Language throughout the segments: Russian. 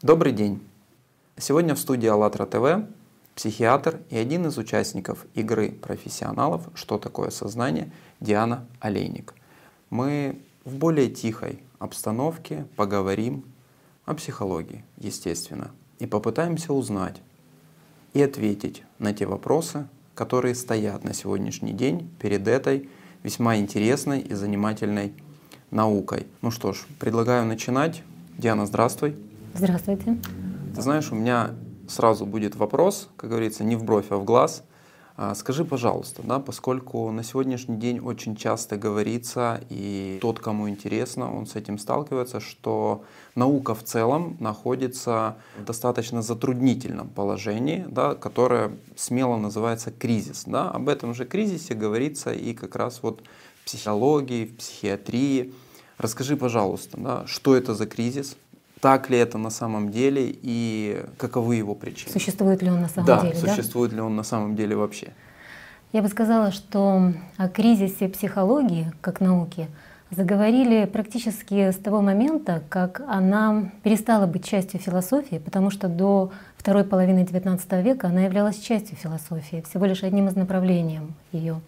Добрый день! Сегодня в студии АЛЛАТРА ТВ психиатр и один из участников игры профессионалов «Что такое сознание» Диана Олейник. Мы в более тихой обстановке поговорим о психологии, естественно, и попытаемся узнать и ответить на те вопросы, которые стоят на сегодняшний день перед этой весьма интересной и занимательной наукой. Ну что ж, предлагаю начинать. Диана, здравствуй. Здравствуйте. Ты знаешь, у меня сразу будет вопрос, как говорится, не в бровь, а в глаз. Скажи, пожалуйста, поскольку на сегодняшний день очень часто говорится, и тот, кому интересно, он с этим сталкивается, что наука в целом находится в достаточно затруднительном положении, которое смело называется кризис. Об этом же кризисе говорится и как раз вот в психологии, в психиатрии. Расскажи, пожалуйста, что это за кризис? Так ли это на самом деле и каковы его причины? Существует ли он на самом деле? Существует ли он на самом деле вообще? Я бы сказала, что о кризисе психологии как науки заговорили практически с того момента, как она перестала быть частью философии, потому что до второй половины XIX века она являлась частью философии, всего лишь одним из направлений ее.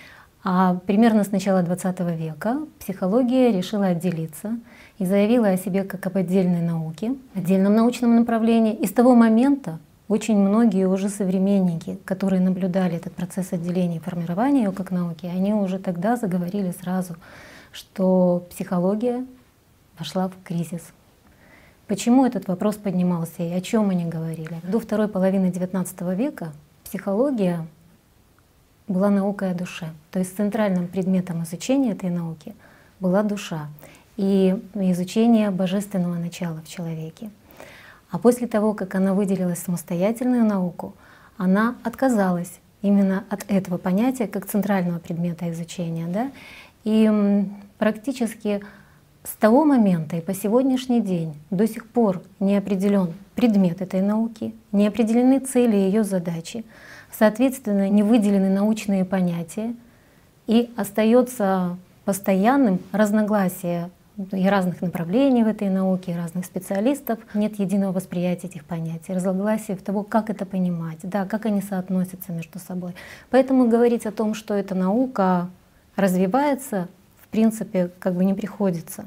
А примерно с начала XX века психология решила отделиться и заявила о себе как об отдельной науке, отдельном научном направлении. И с того момента очень многие уже современники, которые наблюдали этот процесс отделения и формирования ее как науки, они уже тогда заговорили сразу, что психология вошла в кризис. Почему этот вопрос поднимался и о чем они говорили? До второй половины XIX века психология была наукой о душе. То есть центральным предметом изучения этой науки была душа и изучение божественного начала в человеке. А после того, как она выделилась в самостоятельную науку, она отказалась именно от этого понятия как центрального предмета изучения. И практически с того момента и по сегодняшний день до сих пор не определен предмет этой науки, не определены цели ее задачи, соответственно, не выделены научные понятия, и остается постоянным разногласие и разных направлений в этой науке, и разных специалистов. Нет единого восприятия этих понятий, разногласия в того, как это понимать, как они соотносятся между собой. Поэтому говорить о том, что эта наука развивается, в принципе, как бы не приходится.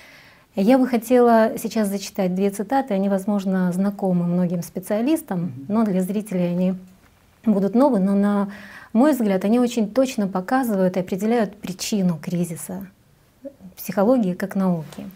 Я бы хотела сейчас зачитать две цитаты, они, возможно, знакомы многим специалистам, но для зрителей они будут новые, но, на мой взгляд, они очень точно показывают и определяют причину кризиса психологии как науки.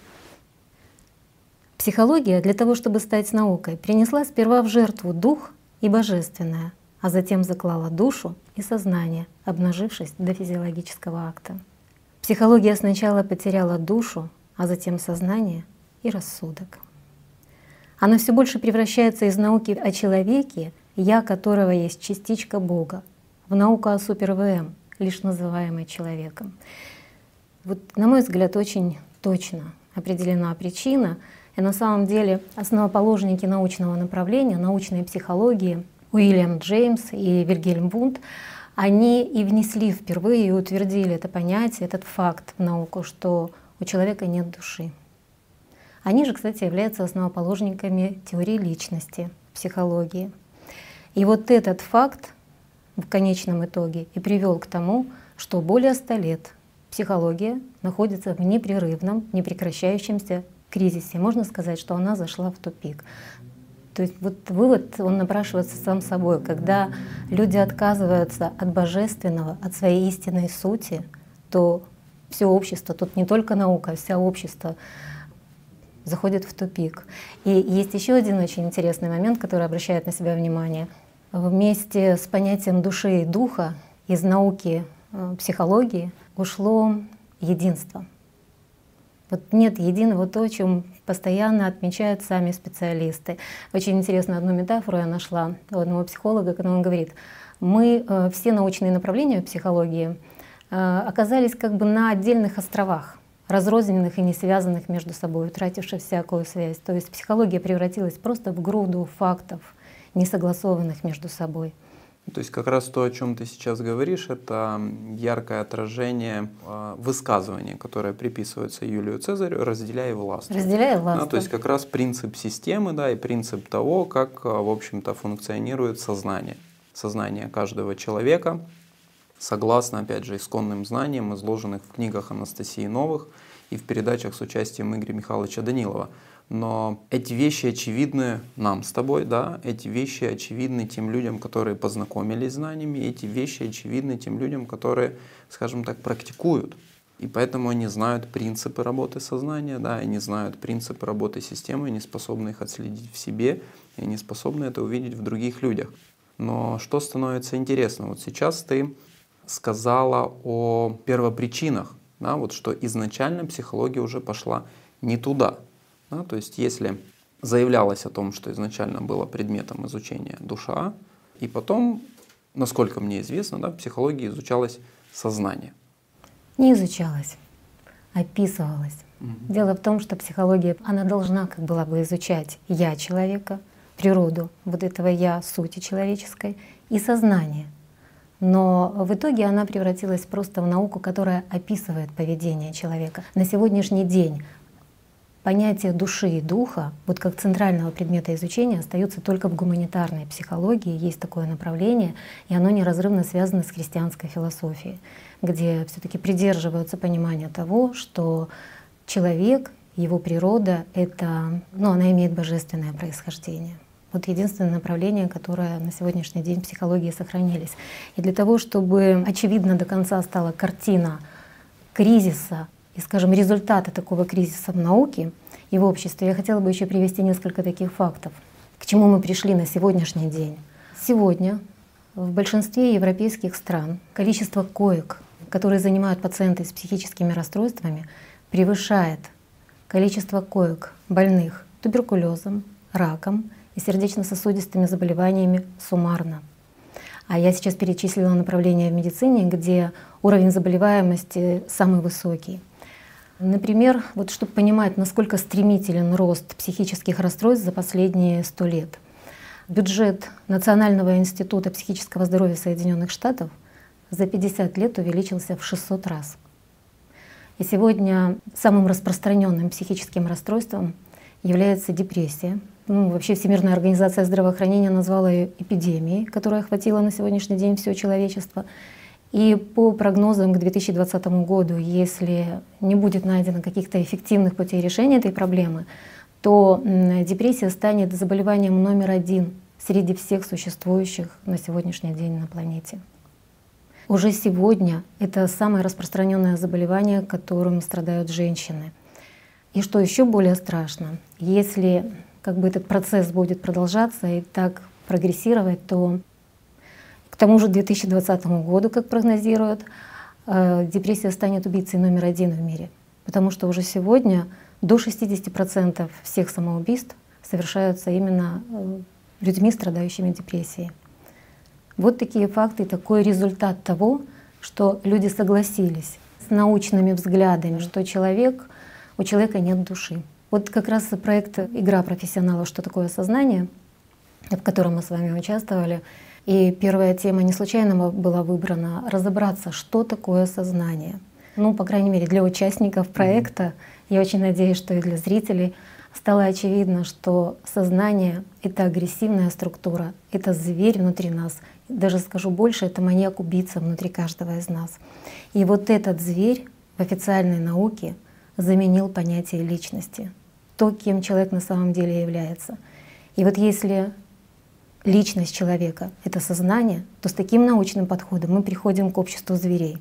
Психология для того, чтобы стать наукой, принесла сперва в жертву дух и божественное, а затем заклала душу и сознание, обнажившись до физиологического акта. Психология сначала потеряла душу, а затем сознание и рассудок. Она все больше превращается из науки о человеке, я которого есть частичка Бога, в науку о супер-ВМ, лишь называемой человеком. Вот, на мой взгляд, очень точно определена причина. И на самом деле основоположники научного направления, научной психологии Уильям Джеймс и Вильгельм Вундт, они и внесли впервые и утвердили это понятие, этот факт в науку, что у человека нет души. Они же, кстати, являются основоположниками теории личности, психологии. И вот этот факт в конечном итоге и привел к тому, что более 100 лет психология находится в непрерывном, непрекращающемся кризисе. Можно сказать, что она зашла в тупик. То есть вот вывод, он напрашивается сам собой. Когда люди отказываются от божественного, от своей истинной сути, то все общество, тут не только наука, а вся общество заходит в тупик. И есть еще один очень интересный момент, который обращает на себя внимание. Вместе с понятием души и духа из науки психологии ушло единство. Вот нет единого, то, о чем постоянно отмечают сами специалисты. Очень интересно, одну метафору я нашла у одного психолога, когда он говорит: мы все научные направления психологии оказались как бы на отдельных островах, разрозненных и не связанных между собой, утративших всякую связь. То есть психология превратилась просто в груду фактов, не согласованных между собой. То есть как раз то, о чем ты сейчас говоришь, это яркое отражение высказывания, которое приписывается Юлию Цезарю: «Разделяй и властвуй». Разделяй и Да, то властвуй. есть как раз принцип системы, да, и принцип того, как, в общем-то, функционирует сознание. Сознание каждого человека, согласно, опять же, исконным знаниям, изложенных в книгах Анастасии Новых и в передачах с участием Игоря Михайловича Данилова. Но эти вещи очевидны нам с тобой, да, эти вещи очевидны тем людям, которые познакомились с знаниями, эти вещи очевидны тем людям, которые, скажем так, практикуют. И поэтому они знают принципы работы сознания, да, они знают принципы работы системы, они способны их отследить в себе, и они способны это увидеть в других людях. Но что становится интересно? Вот сейчас ты сказала о первопричинах, да, вот что изначально психология уже пошла не туда. Да, то есть если заявлялось о том, что изначально было предметом изучения душа, и потом, насколько мне известно, да, в психологии изучалось сознание. Не изучалось, описывалось. Дело в том, что психология, она должна как была бы изучать «я» человека, природу вот этого «я» сути человеческой и сознание. Но в итоге она превратилась просто в науку, которая описывает поведение человека. На сегодняшний день понятие души и духа, вот как центрального предмета изучения, остается только в гуманитарной психологии. Есть такое направление, и оно неразрывно связано с христианской философией, где все-таки придерживаются понимания того, что человек, его природа, она имеет божественное происхождение. Вот единственное направление, которое на сегодняшний день в психологии сохранились. И для того, чтобы очевидно до конца стала картина кризиса, и, скажем, результаты такого кризиса в науке и в обществе, я хотела бы еще привести несколько таких фактов, к чему мы пришли на сегодняшний день. Сегодня в большинстве европейских стран количество коек, которые занимают пациенты с психическими расстройствами, превышает количество коек больных туберкулезом, раком и сердечно-сосудистыми заболеваниями суммарно. А я сейчас перечислила направления в медицине, где уровень заболеваемости самый высокий. Например, вот чтобы понимать, насколько стремителен рост психических расстройств за последние 100 лет. Бюджет Национального института психического здоровья Соединенных Штатов за 50 лет увеличился в 600 раз. И сегодня самым распространенным психическим расстройством является депрессия. Вообще Всемирная организация здравоохранения назвала ее эпидемией, которая охватила на сегодняшний день все человечество. И по прогнозам к 2020 году, если не будет найдено каких-то эффективных путей решения этой проблемы, то депрессия станет заболеванием номер 1 среди всех существующих на сегодняшний день на планете. Уже сегодня это самое распространенное заболевание, которым страдают женщины. И что еще более страшно, если этот процесс будет продолжаться и так прогрессировать, то к тому же 2020 году, как прогнозируют, депрессия станет убийцей номер 1 в мире. Потому что уже сегодня до 60% всех самоубийств совершаются именно людьми, страдающими депрессией. Вот такие факты, такой результат того, что люди согласились с научными взглядами, что у человека нет души. Вот как раз проект «Игра профессионалов. Что такое сознание», в котором мы с вами участвовали. И первая тема не случайно была выбрана — разобраться, что такое сознание. По крайней мере, для участников проекта, я очень надеюсь, что и для зрителей, стало очевидно, что сознание — это агрессивная структура, это зверь внутри нас. Даже скажу больше, это маньяк-убийца внутри каждого из нас. И вот этот зверь в официальной науке заменил понятие личности, то, кем человек на самом деле является. И вот если личность человека — это сознание, то с таким научным подходом мы приходим к обществу зверей,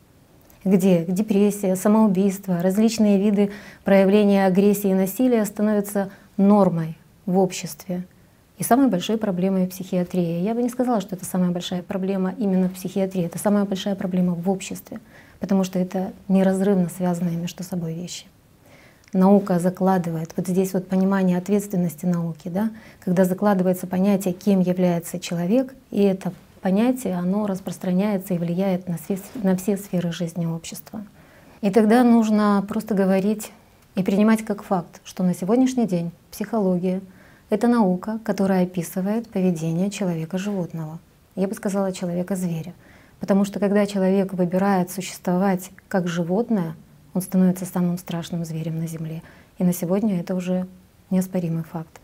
где депрессия, самоубийство, различные виды проявления агрессии и насилия становятся нормой в обществе. И самой большой проблемой психиатрии. Я бы не сказала, что это самая большая проблема именно в психиатрии. Это самая большая проблема в обществе, потому что это неразрывно связанные между собой вещи. Наука закладывает, вот здесь вот понимание ответственности науки, да, когда закладывается понятие, кем является человек, и это понятие, оно распространяется и влияет на все сферы жизни общества. И тогда нужно просто говорить и принимать как факт, что на сегодняшний день психология — это наука, которая описывает поведение человека-животного. Я бы сказала человека-зверя. Потому что когда человек выбирает существовать как животное, он становится самым страшным зверем на Земле. И на сегодня это уже неоспоримый факт.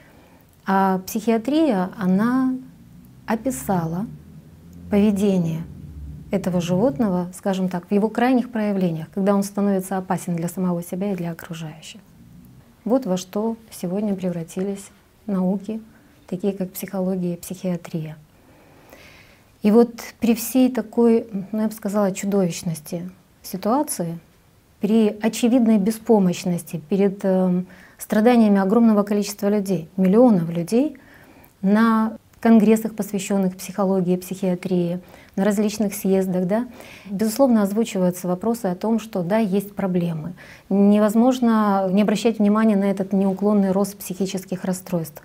А психиатрия, она описала поведение этого животного, скажем так, в его крайних проявлениях, когда он становится опасен для самого себя и для окружающих. Вот во что сегодня превратились науки, такие как психология и психиатрия. И вот при всей такой, ну, я бы сказала, чудовищности ситуации, при очевидной беспомощности перед страданиями огромного количества людей, миллионов людей, на конгрессах, посвященных психологии и психиатрии, на различных съездах, да, безусловно, озвучиваются вопросы о том, что да, есть проблемы. Невозможно не обращать внимания на этот неуклонный рост психических расстройств.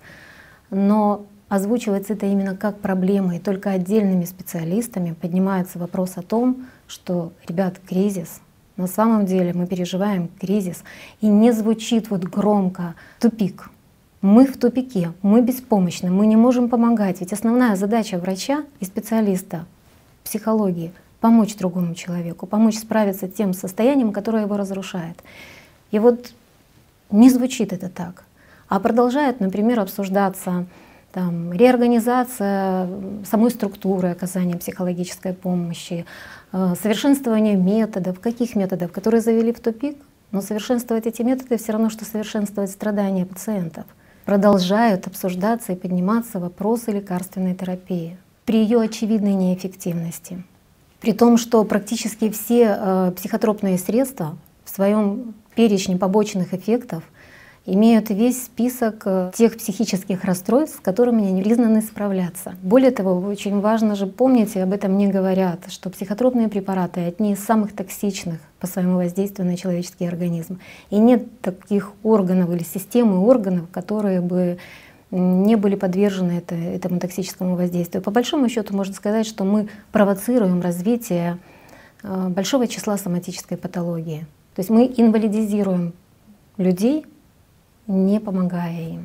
Но озвучивается это именно как проблема, и только отдельными специалистами поднимается вопрос о том, что, ребят, кризис, на самом деле мы переживаем кризис, и не звучит вот громко «тупик». Мы в тупике, мы беспомощны, мы не можем помогать. Ведь основная задача врача и специалиста психологии — помочь другому человеку, помочь справиться с тем состоянием, которое его разрушает. И вот не звучит это так, а продолжает, например, обсуждаться там, реорганизация самой структуры оказания психологической помощи, совершенствование методов, каких методов, которые завели в тупик, но совершенствовать эти методы все равно, что совершенствовать страдания пациентов. Продолжают обсуждаться и подниматься вопросы лекарственной терапии при ее очевидной неэффективности. При том, что практически все психотропные средства в своем перечне побочных эффектов имеют весь список тех психических расстройств, с которыми они признаны справляться. Более того, очень важно же помнить, и об этом не говорят, что психотропные препараты — одни из самых токсичных по своему воздействию на человеческий организм. И нет таких органов или системы органов, которые бы не были подвержены этому токсическому воздействию. По большому счету можно сказать, что мы провоцируем развитие большого числа соматической патологии. То есть мы инвалидизируем людей, не помогая им.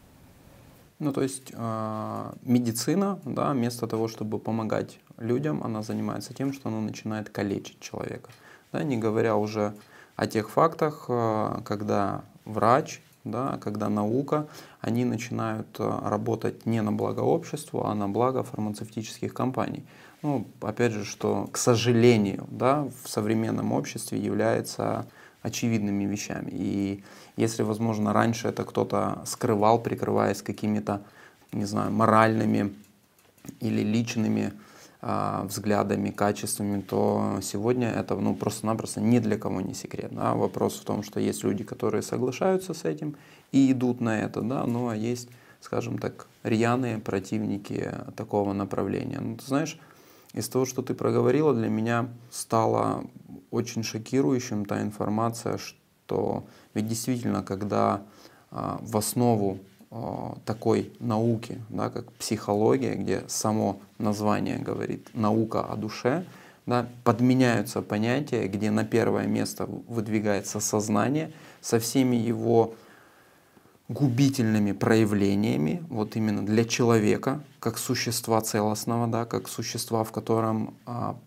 Ну, то есть медицина, да, вместо того, чтобы помогать людям, она занимается тем, что она начинает калечить человека. Да, не говоря уже о тех фактах, когда врач, да, когда наука, они начинают работать не на благо обществу, а на благо фармацевтических компаний. Ну, опять же, что, к сожалению, да, в современном обществе является очевидными вещами. И если, возможно, раньше это кто-то скрывал, прикрываясь какими-то, не знаю, моральными или личными взглядами, качествами, то сегодня это просто-напросто ни для кого не секрет. Да? Вопрос в том, что есть люди, которые соглашаются с этим и идут на это, да? Ну а есть, скажем так, рьяные противники такого направления. Ну, ты знаешь, из того, что ты проговорила, для меня стало очень шокирующим та информация, что ведь действительно, когда в основу такой науки, да, как психология, где само название говорит «наука о душе», да, подменяются понятия, где на первое место выдвигается сознание со всеми его губительными проявлениями, вот именно для человека, как существа целостного, да, как существа, в котором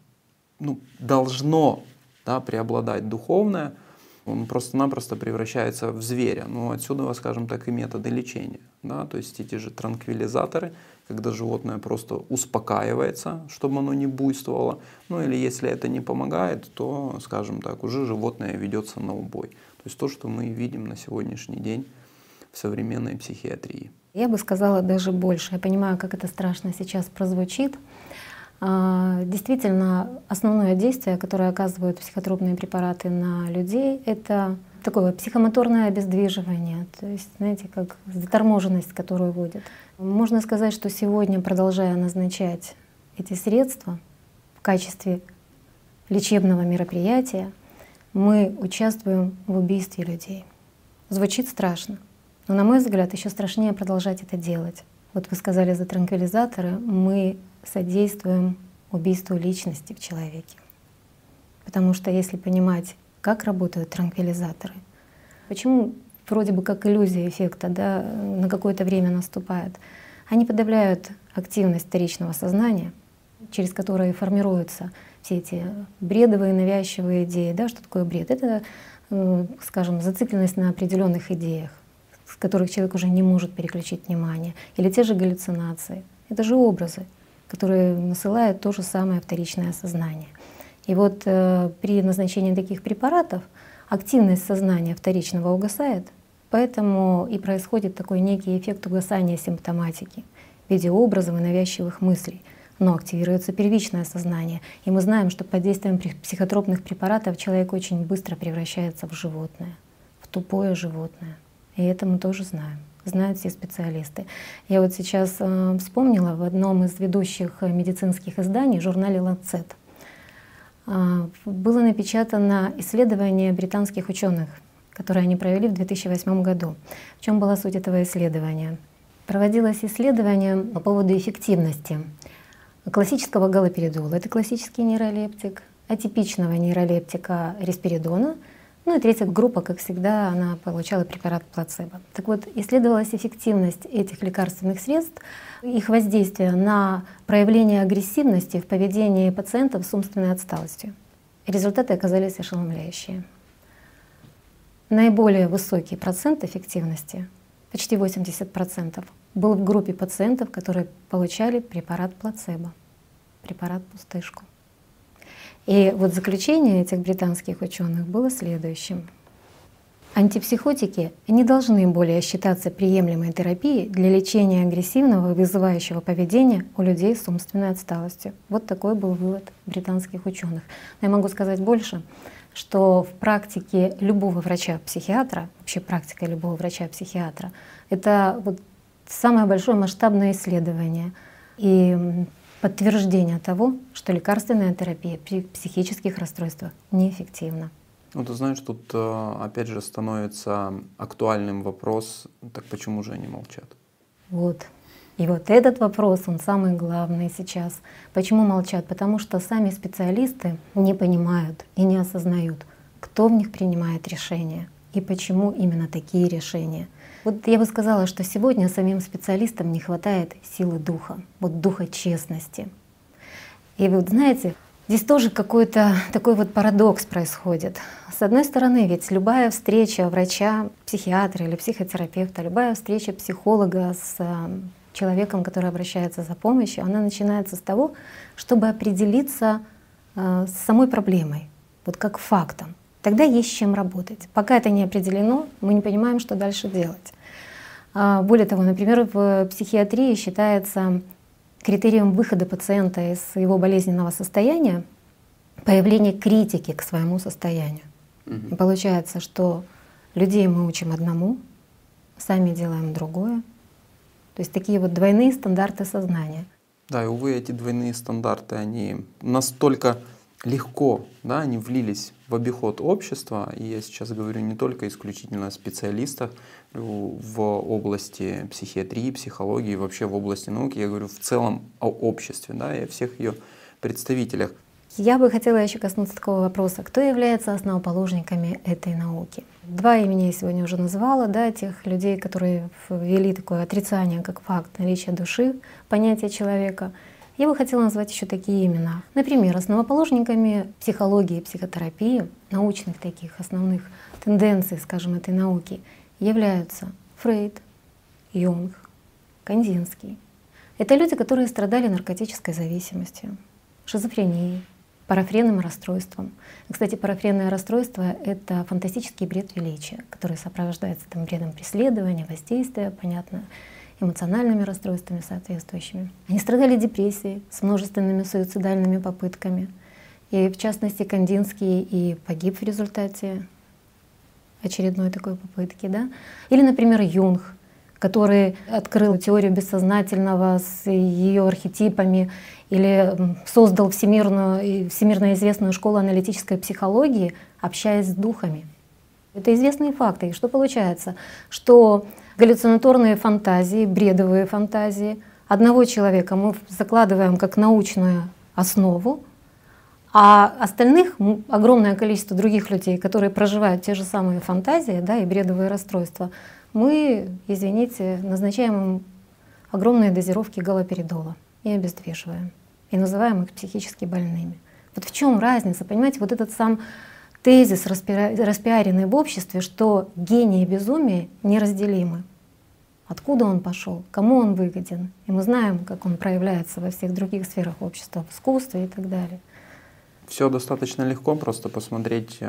должно, да, преобладать духовное, он просто-напросто превращается в зверя. Ну, отсюда, скажем так, и методы лечения. Да? То есть эти же транквилизаторы, когда животное просто успокаивается, чтобы оно не буйствовало. Ну или если это не помогает, то, скажем так, уже животное ведется на убой. То есть то, что мы видим на сегодняшний день в современной психиатрии. Я бы сказала даже больше. Я понимаю, как это страшно сейчас прозвучит. Действительно, основное действие, которое оказывают психотропные препараты на людей, это такое психомоторное обездвиживание, то есть, знаете, как заторможенность, которую вводят. Можно сказать, что сегодня, продолжая назначать эти средства в качестве лечебного мероприятия, мы участвуем в убийстве людей. Звучит страшно, но, на мой взгляд, еще страшнее продолжать это делать. Вот вы сказали за транквилизаторы, мы содействуем убийству личности в человеке. Потому что если понимать, как работают транквилизаторы, почему вроде бы как иллюзия эффекта, да, на какое-то время наступает. Они подавляют активность вторичного сознания, через которое формируются все эти бредовые, навязчивые идеи. Да, что такое бред? Это, скажем, зацикленность на определенных идеях, с которых человек уже не может переключить внимание. Или те же галлюцинации. Это же образы, которые насылают то же самое вторичное сознание. И вот при назначении таких препаратов активность сознания вторичного угасает, поэтому и происходит такой некий эффект угасания симптоматики в виде образов и навязчивых мыслей. Но активируется первичное сознание. И мы знаем, что под действием психотропных препаратов человек очень быстро превращается в животное, в тупое животное. И это мы тоже знаем, знают все специалисты. Я вот сейчас вспомнила в одном из ведущих медицинских изданий, в журнале Lancet, было напечатано исследование британских ученых, которое они провели в 2008 году. В чем была суть этого исследования? Проводилось исследование по поводу эффективности классического галоперидола, это классический нейролептик, атипичного нейролептика рисперидона, ну и третья группа, как всегда, она получала препарат плацебо. Так вот, исследовалась эффективность этих лекарственных средств, их воздействие на проявление агрессивности в поведении пациентов с умственной отсталостью. Результаты оказались ошеломляющие. Наиболее высокий процент эффективности, почти 80%, был в группе пациентов, которые получали препарат плацебо, препарат пустышку. И вот заключение этих британских ученых было следующим. Антипсихотики не должны более считаться приемлемой терапией для лечения агрессивного и вызывающего поведения у людей с умственной отсталостью. Вот такой был вывод британских ученых. Но я могу сказать больше, что в практике любого врача-психиатра, вообще практика любого врача-психиатра, это вот самое большое масштабное исследование и подтверждение того, что лекарственная терапия при психических расстройствах неэффективна. Ну, ты знаешь, тут опять же становится актуальным вопрос, так почему же они молчат? Вот. И вот этот вопрос, он самый главный сейчас. Почему молчат? Потому что сами специалисты не понимают и не осознают, кто в них принимает решения и почему именно такие решения. Вот я бы сказала, что сегодня самим специалистам не хватает силы духа, вот духа честности. И вот знаете, здесь тоже какой-то такой вот парадокс происходит. С одной стороны, ведь любая встреча врача, психиатра или психотерапевта, любая встреча психолога с человеком, который обращается за помощью, она начинается с того, чтобы определиться с самой проблемой, вот как фактом. Тогда есть с чем работать. Пока это не определено, мы не понимаем, что дальше делать. Более того, например, в психиатрии считается критерием выхода пациента из его болезненного состояния появление критики к своему состоянию. И получается, что людей мы учим одному, сами делаем другое. То есть такие вот двойные стандарты сознания. Да, и увы, эти двойные стандарты, они настолько легко, да, они влились в обиход общества, и я сейчас говорю не только исключительно о специалистах в области психиатрии, психологии, вообще в области науки, я говорю в целом о обществе, да, и о всех ее представителях. Я бы хотела еще коснуться такого вопроса, кто является основоположниками этой науки. Два имени я сегодня уже назвала, да, тех людей, которые ввели такое отрицание как факт наличия души, понятия человека. Я бы хотела назвать еще такие имена. Например, основоположниками психологии и психотерапии, научных таких основных тенденций, скажем, этой науки, являются Фрейд, Юнг, Кандинский. Это люди, которые страдали наркотической зависимостью, шизофренией, парафренным расстройством. И, кстати, парафренное расстройство — это фантастический бред величия, который сопровождается там бредом преследования, воздействия, понятно, эмоциональными расстройствами соответствующими. Они страдали депрессией с множественными суицидальными попытками. И в частности, Кандинский и погиб в результате очередной такой попытки. Да? Или, например, Юнг, который открыл теорию бессознательного с ее архетипами или создал всемирно известную школу аналитической психологии, общаясь с духами. Это известные факты. И что получается? Что галлюцинаторные фантазии, бредовые фантазии одного человека мы закладываем как научную основу, а остальных огромное количество других людей, которые проживают те же самые фантазии, да, и бредовые расстройства, мы, извините, назначаем им огромные дозировки галоперидола и обездвиживаем, и называем их психически больными. Вот в чем разница, понимаете, вот этот сам тезис, распиаренный в обществе, что гений и безумие неразделимы. Откуда он пошел, кому он выгоден. И мы знаем, как он проявляется во всех других сферах общества, в искусстве и так далее. Все достаточно легко, просто посмотреть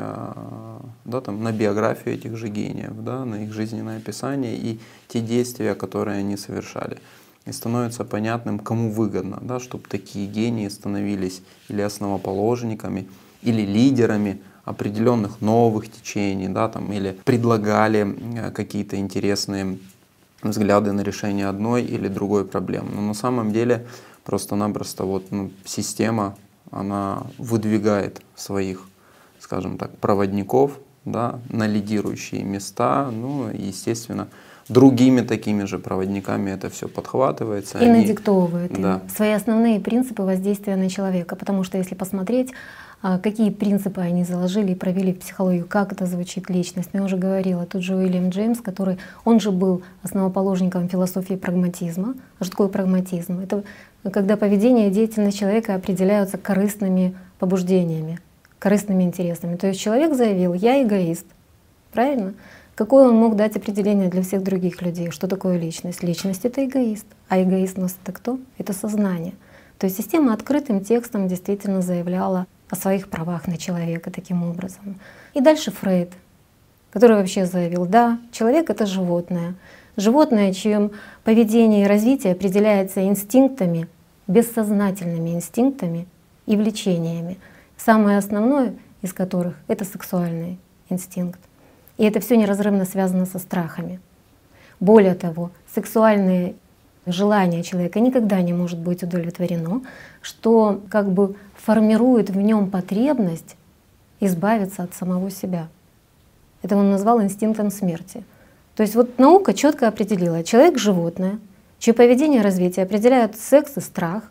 да, там, на биографию этих же гениев, да, на их жизненное описание и те действия, которые они совершали. И становится понятным, кому выгодно, да, чтобы такие гении становились или основоположниками, или лидерами определенных новых течений, да, там, или предлагали какие-то интересные взгляды на решение одной или другой проблемы. Но на самом деле просто-напросто вот, система, она выдвигает своих, скажем так, проводников, да, на лидирующие места, ну и, естественно, другими такими же проводниками это все подхватывается. И надиктовывает да. свои основные принципы воздействия на человека. Потому что если посмотреть, какие принципы они заложили и провели в психологию, как это звучит личность. Я уже говорила, тут же Уильям Джеймс, он же был основоположником философии прагматизма. А что такое прагматизм? Это когда поведение и деятельность человека определяются корыстными побуждениями, корыстными интересами. То есть человек заявил: «Я эгоист». Правильно? Какое он мог дать определение для всех других людей? Что такое личность? Личность — это эгоист. А эгоист у нас — это кто? Это сознание. То есть система открытым текстом действительно заявляла о своих правах на человека таким образом. И дальше Фрейд, который вообще заявил: да, человек — это животное. Животное, чьим поведение и развитие определяется инстинктами, бессознательными инстинктами и влечениями. Самое основное из которых — это сексуальный инстинкт. И это все неразрывно связано со страхами. Более того, сексуальные желание человека никогда не может быть удовлетворено, что как бы формирует в нем потребность избавиться от самого себя. Это он назвал инстинктом смерти. То есть вот наука четко определила: человек — животное, чье поведение и развитие определяют секс и страх,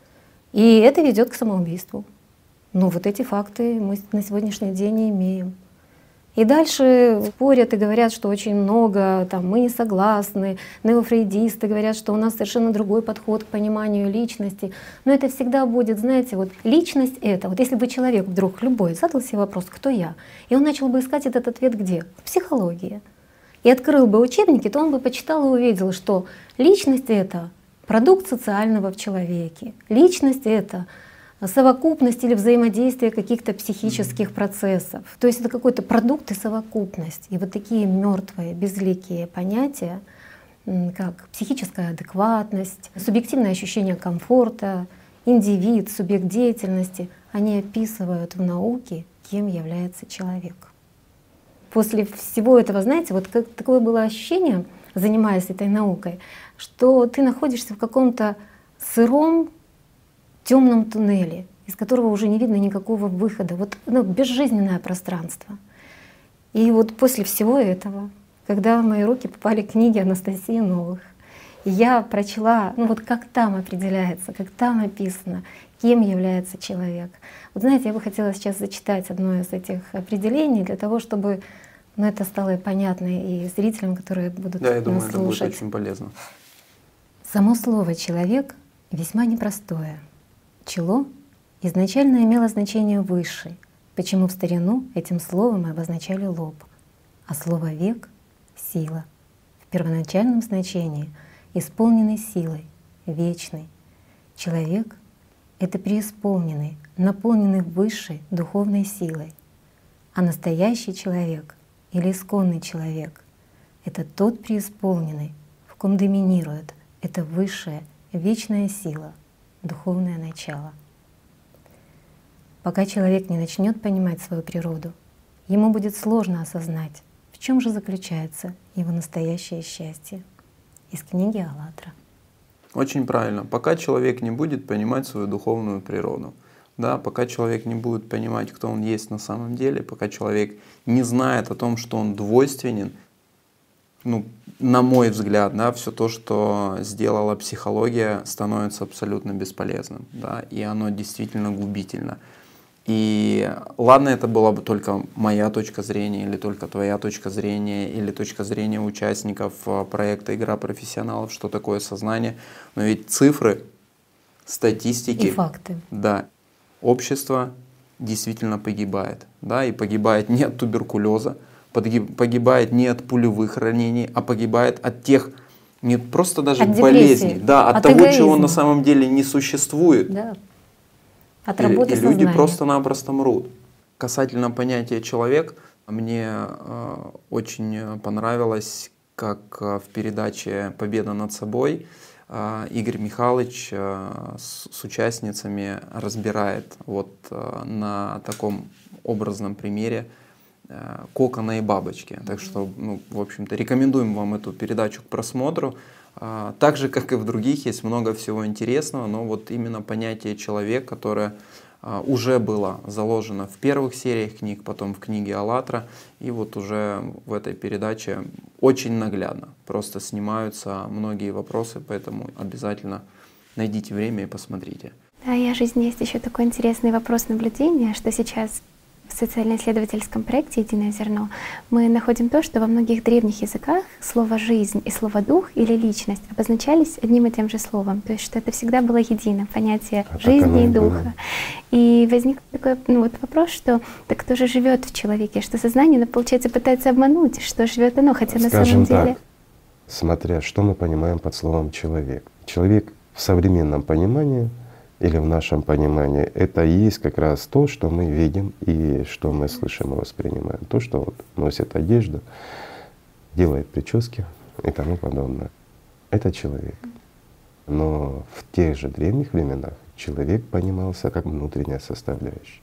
и это ведет к самоубийству. Ну вот эти факты мы на сегодняшний день имеем. И дальше спорят и говорят, что очень много, там, мы не согласны, неофрейдисты говорят, что у нас совершенно другой подход к пониманию личности. Но это всегда будет, знаете, вот личность — это, вот если бы человек вдруг любой задал себе вопрос: кто я? И он начал бы искать этот ответ где? В психологии. И открыл бы учебники, то он бы почитал и увидел, что личность — это продукт социального в человеке. Личность — это совокупность или взаимодействие каких-то психических процессов. То есть это какой-то продукт и совокупность. И вот такие мертвые, безликие понятия, как психическая адекватность, субъективное ощущение комфорта, индивид, субъект деятельности, они описывают в науке, кем является человек. После всего этого, знаете, вот такое было ощущение, занимаясь этой наукой, что ты находишься в каком-то сыром, темном туннеле, из которого уже не видно никакого выхода. Вот, безжизненное пространство. И вот после всего этого, когда в мои руки попали книги Анастасии Новых, и я прочла, вот как там определяется, как там написано, кем является человек. Вот знаете, я бы хотела сейчас зачитать одно из этих определений для того, чтобы это стало понятно и зрителям, которые будут Да, я думаю, нас это будет слушать. очень полезно. Само слово «человек» весьма непростое. «Чело» изначально имело значение «высший», почему в старину этим словом и обозначали лоб, а слово «век» — «сила». В первоначальном значении — исполненный силой, вечный. Человек — это преисполненный, наполненный высшей духовной силой. А настоящий человек или исконный человек — это тот преисполненный, в ком доминирует эта высшая вечная сила, духовное начало. Пока человек не начнет понимать свою природу, ему будет сложно осознать, в чем же заключается его настоящее счастье. Из книги «АЛЛАТРА». Очень правильно. Пока человек не будет понимать свою духовную природу, да, пока человек не будет понимать, кто он есть на самом деле, пока человек не знает о том, что он двойственен, на мой взгляд, да, все то, что сделала психология, становится абсолютно бесполезным, да, и оно действительно губительно. И ладно, это была бы только моя точка зрения, или только твоя точка зрения, или точка зрения участников проекта «Игра профессионалов», что такое сознание. Но ведь цифры, статистики, И факты. да, общество действительно погибает. Да, и погибает не от туберкулеза, погибает не от пулевых ранений, а погибает от тех, не просто даже от болезней, депрессии, да, от того, эгоизма. чего на самом деле не существует. Да. От работы И люди сознания. просто-напросто мрут. Касательно понятия «человек», мне очень понравилось, как в передаче «Победа над собой» Игорь Михайлович с участницами разбирает вот на таком образном примере кокона и бабочки. Так что, ну, в общем-то, рекомендуем вам эту передачу к просмотру. Так же, как и в других, есть много всего интересного, но вот именно понятие «человек», которое уже было заложено в первых сериях книг, потом в книге «АЛЛАТРА», и вот уже в этой передаче очень наглядно просто снимаются многие вопросы, поэтому обязательно найдите время и посмотрите. Да, и о жизни есть еще такой интересный вопрос наблюдения, что сейчас в социально-исследовательском проекте «Единое зерно» мы находим то, что во многих древних языках слово «жизнь» и слово «дух» или «личность» обозначались одним и тем же словом. То есть что это всегда было едино, понятие жизни и духа. И возник такой вопрос, что так кто же живет в человеке, что сознание, получается, пытается обмануть, что живет оно, хотя на самом деле… Смотря что мы понимаем под словом «человек». Человек в современном понимании или в нашем понимании — это и есть как раз то, что мы видим и что мы слышим и воспринимаем. То, что вот носит одежду, делает прически и тому подобное. Это человек. Но в тех же древних временах человек понимался как внутренняя составляющая.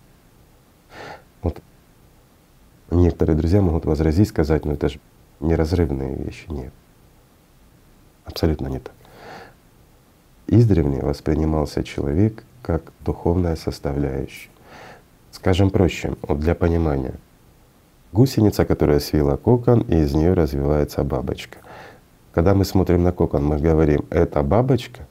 Вот некоторые друзья могут возразить, сказать: ну это же неразрывные вещи. Нет. Абсолютно не так. Издревле воспринимался человек как духовная составляющая. Скажем проще, вот для понимания. Гусеница, которая свила кокон, и из нее развивается бабочка. Когда мы смотрим на кокон, мы говорим: это бабочка.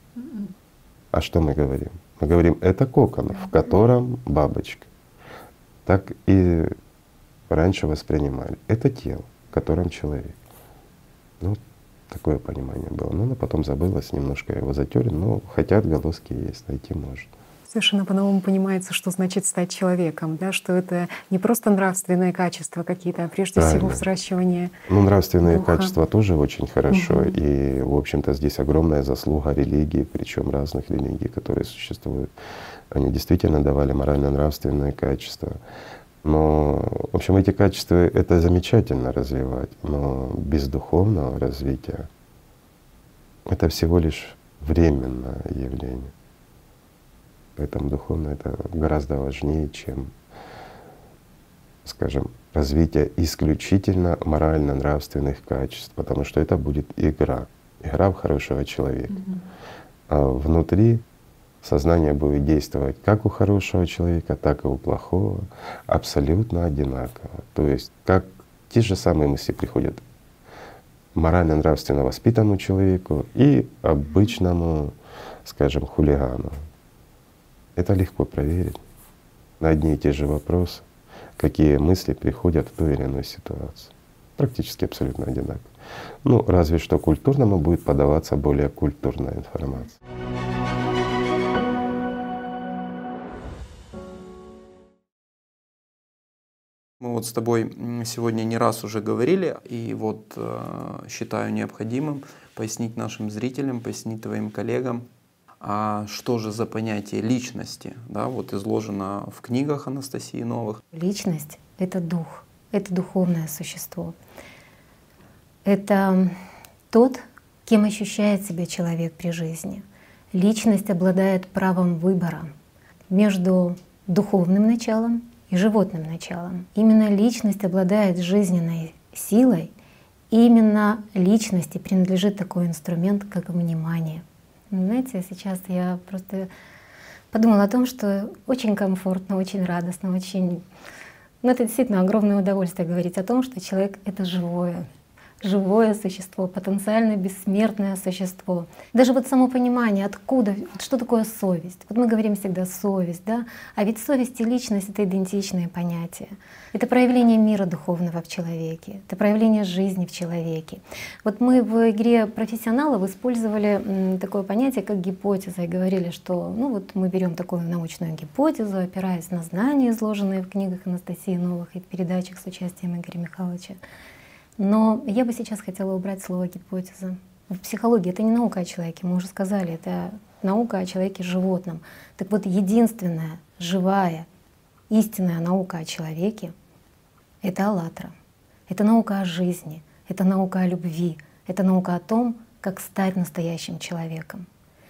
А что мы говорим? Мы говорим: это кокон, в котором бабочка. Так и раньше воспринимали. Это тело, в котором человек. Ну, такое понимание было. Но оно потом забылось, немножко его затерли, но хотя отголоски есть, найти можно. Совершенно по-новому понимается, что значит стать человеком, да? Что это не просто нравственные качества какие-то, а прежде всего взращивание Ну, нравственные духа. качества тоже очень хорошо. И, в общем-то, здесь огромная заслуга религии, причем разных религий, которые существуют. Они действительно давали морально-нравственные качества. Но, в общем, эти качества — это замечательно развивать, но без духовного развития это всего лишь временное явление. Поэтому духовное — это гораздо важнее, чем, скажем, развитие исключительно морально-нравственных качеств, потому что это будет игра в хорошего человека. А внутри сознание будет действовать как у хорошего человека, так и у плохого, абсолютно одинаково. То есть как те же самые мысли приходят морально-нравственно воспитанному человеку и обычному, скажем, хулигану. Это легко проверить на одни и те же вопросы, какие мысли приходят в той или иной ситуации. Практически абсолютно одинаково. Ну, разве что культурному будет подаваться более культурная информация. Мы вот с тобой сегодня не раз уже говорили, и вот считаю необходимым пояснить нашим зрителям, пояснить твоим коллегам, а что же за понятие личности, да, вот изложено в книгах Анастасии Новых. Личность — это дух, это духовное существо. Это тот, кем ощущает себя человек при жизни. Личность обладает правом выбора между духовным началом и животным началом. Именно личность обладает жизненной силой, и именно личности принадлежит такой инструмент, как внимание. Знаете, сейчас я просто подумала о том, что очень комфортно, очень радостно, очень… Ну, это действительно огромное удовольствие говорить о том, что человек — это живое живое существо, потенциально бессмертное существо. Даже вот само понимание, откуда, вот что такое совесть. Вот мы говорим всегда совесть, да? А ведь совесть и личность — это идентичные понятия. Это проявление мира духовного в человеке, это проявление жизни в человеке. Вот мы в игре профессионалов использовали такое понятие, как гипотеза, и говорили, что ну вот мы берем такую научную гипотезу, опираясь на знания, изложенные в книгах Анастасии Новых и в передачах с участием Игоря Михайловича. Но я бы сейчас хотела убрать слово «гипотеза». В психологии это не наука о человеке, мы уже сказали, это наука о человеке-животном. Так вот, единственная живая, истинная наука о человеке — это «АЛЛАТРА». Это наука о жизни, это наука о любви, это наука о том, как стать настоящим человеком.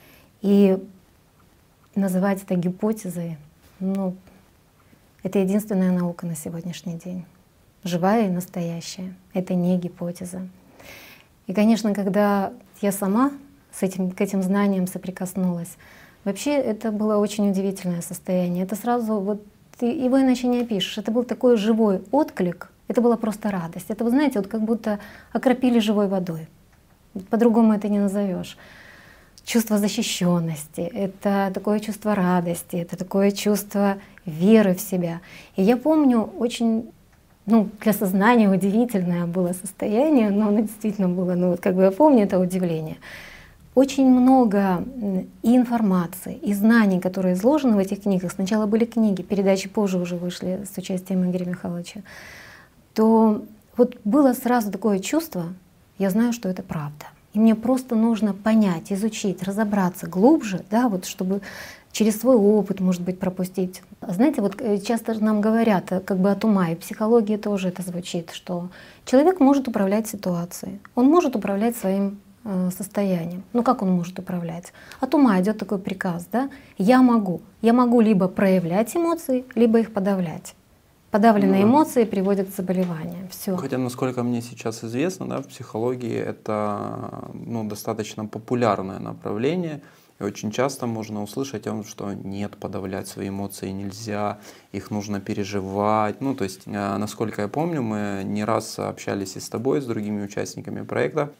И называть это гипотезой, ну, это единственная наука на сегодняшний день. Живая и настоящая. Это не гипотеза. И, конечно, когда я сама к этим знаниям соприкоснулась, вообще это было очень удивительное состояние. Это сразу, вот его иначе не опишешь. Это был такой живой отклик, это была просто радость. Это, вы знаете, вот как будто окропили живой водой. По-другому это не назовешь. Чувство защищенности, это такое чувство радости, это такое чувство веры в себя. И я помню очень, для сознания удивительное было состояние, но оно действительно было, вот как бы я помню это удивление. Очень много и информации, и знаний, которые изложены в этих книгах. Сначала были книги, передачи позже уже вышли с участием Игоря Михайловича. То вот было сразу такое чувство, я знаю, что это правда. И мне просто нужно понять, изучить, разобраться глубже, да, вот чтобы через свой опыт, может быть, пропустить. Знаете, вот часто нам говорят как бы от ума, и в психологии тоже это звучит, что человек может управлять ситуацией, он может управлять своим состоянием. Ну как он может управлять? От ума идет такой приказ, да? Я могу либо проявлять эмоции, либо их подавлять. Подавленные эмоции приводят к заболеваниям. Все. Хотя, насколько мне сейчас известно, да, в психологии это достаточно популярное направление. И очень часто можно услышать о том, что нет, подавлять свои эмоции нельзя, их нужно переживать. То есть, насколько я помню, мы не раз общались и с тобой, и с другими участниками проекта,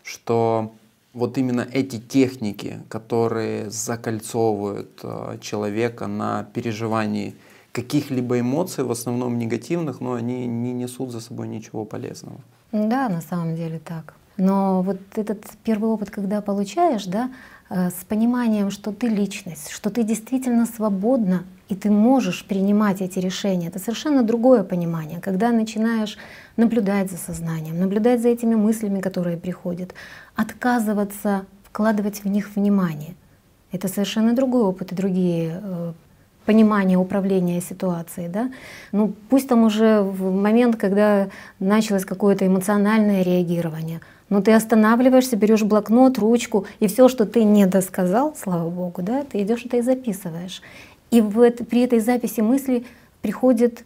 что вот именно эти техники, которые закольцовывают человека на переживании каких-либо эмоций, в основном негативных, но они не несут за собой ничего полезного. Да, на самом деле так. Но вот этот первый опыт, когда получаешь, да, с пониманием, что ты личность, что ты действительно свободна, и ты можешь принимать эти решения, это совершенно другое понимание, когда начинаешь наблюдать за сознанием, наблюдать за этими мыслями, которые приходят, отказываться вкладывать в них внимание. Это совершенно другой опыт и другие понимание управления ситуацией, да? Пусть там уже в момент, когда началось какое-то эмоциональное реагирование, но ты останавливаешься, берешь блокнот, ручку, и все, что ты не досказал, слава богу, да, ты идешь это и записываешь. И при этой записи мысли приходит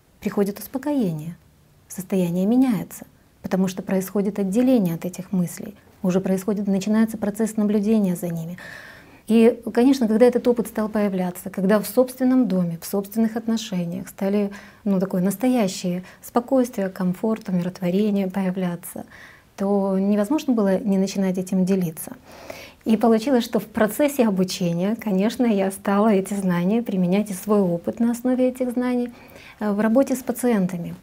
успокоение, состояние меняется, потому что происходит отделение от этих мыслей, уже начинается процесс наблюдения за ними. И, конечно, когда этот опыт стал появляться, когда в собственном доме, в собственных отношениях стали такое настоящее спокойствие, комфорт, умиротворение появляться, то невозможно было не начинать этим делиться. И получилось, что в процессе обучения, конечно, я стала эти знания применять и свой опыт на основе этих знаний в работе с пациентами.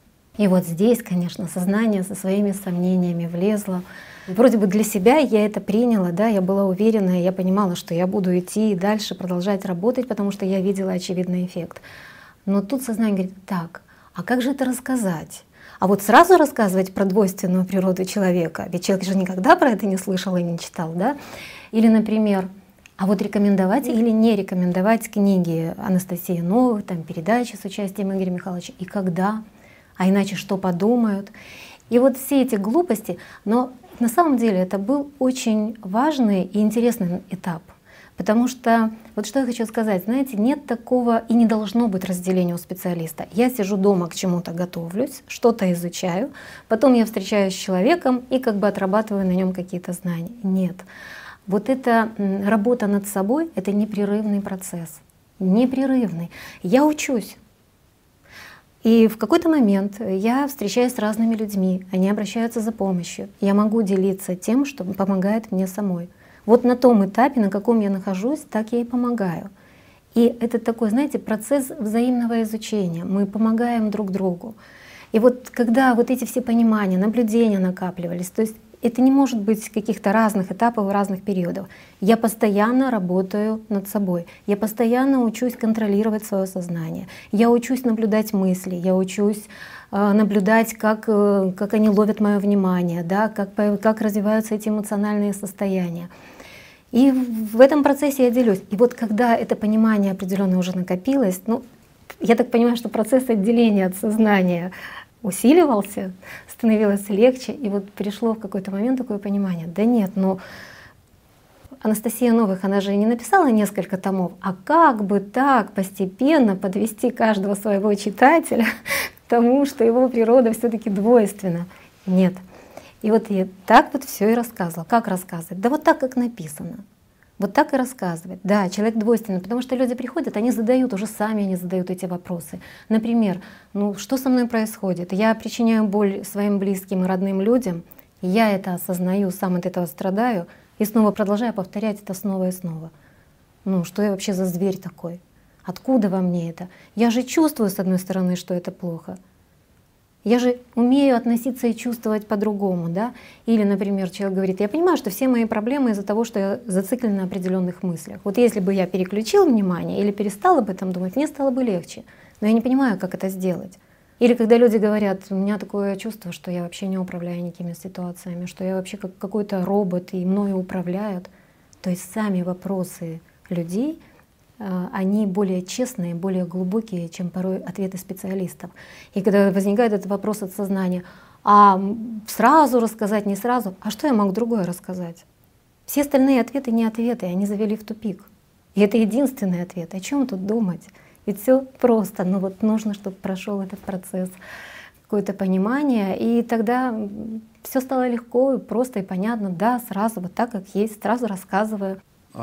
И вот здесь, конечно, сознание со своими сомнениями влезло. Вроде бы для себя я это приняла, да, я была уверена, я понимала, что я буду идти и дальше продолжать работать, потому что я видела очевидный эффект. Но тут сознание говорит: так, а как же это рассказать? А вот сразу рассказывать про двойственную природу человека, ведь человек же никогда про это не слышал и не читал, да? Или, например, а вот рекомендовать или не рекомендовать книги Анастасии Новых, там, передачи с участием Игоря Михайловича, и когда, а иначе что подумают. И вот все эти глупости, но на самом деле это был очень важный и интересный этап. Потому что, вот что я хочу сказать, знаете, нет такого и не должно быть разделения у специалиста. Я сижу дома, к чему-то готовлюсь, что-то изучаю, потом я встречаюсь с человеком и как бы отрабатываю на нем какие-то знания. Нет. Вот эта работа над собой — это непрерывный процесс. Непрерывный. Я учусь. И в какой-то момент я встречаюсь с разными людьми, они обращаются за помощью. Я могу делиться тем, что помогает мне самой. Вот на том этапе, на каком я нахожусь, так я и помогаю. И это такой, знаете, процесс взаимного изучения. Мы помогаем друг другу. И вот когда вот эти все понимания, наблюдения накапливались, то есть это не может быть каких-то разных этапов, разных периодов. Я постоянно работаю над собой. Я постоянно учусь контролировать свое сознание. Я учусь наблюдать мысли. Я учусь наблюдать, как они ловят мое внимание, да, как развиваются эти эмоциональные состояния. И в этом процессе я делюсь. И вот когда это понимание определенно уже накопилось, ну, я так понимаю, что процесс отделения от сознания усиливался, становилось легче, и вот пришло в какой-то момент такое понимание: да нет, но Анастасия Новых, она же не написала несколько томов, а как бы так постепенно подвести каждого своего читателя к тому, что его природа все-таки двойственна. Нет. И вот я так вот все и рассказывала. Как рассказывать? Да вот так, как написано. Вот так и рассказывать. Да, человек двойственный, потому что люди приходят, они задают, уже сами они задают эти вопросы. Например, ну что со мной происходит? Я причиняю боль своим близким и родным людям, я это осознаю, сам от этого страдаю, и снова продолжаю повторять это снова и снова. Ну что я вообще за зверь такой? Откуда во мне это? Я же чувствую, с одной стороны, что это плохо. Я же умею относиться и чувствовать по-другому, да? Или, например, человек говорит: я понимаю, что все мои проблемы из-за того, что я зациклен на определенных мыслях. Вот если бы я переключил внимание или перестал об этом думать, мне стало бы легче. Но я не понимаю, как это сделать. Или когда люди говорят: у меня такое чувство, что я вообще не управляю никакими ситуациями, что я вообще как какой-то робот и мною управляют. То есть сами вопросы людей, они более честные, более глубокие, чем порой ответы специалистов. И когда возникает этот вопрос от сознания: а сразу рассказать, не сразу, а что я могу другое рассказать? Все остальные ответы не ответы, они завели в тупик. И это единственный ответ. О чем тут думать? Ведь все просто, но вот нужно, чтобы прошел этот процесс, какое-то понимание, и тогда все стало легко, просто и понятно. Да, сразу вот так, как есть, сразу рассказываю.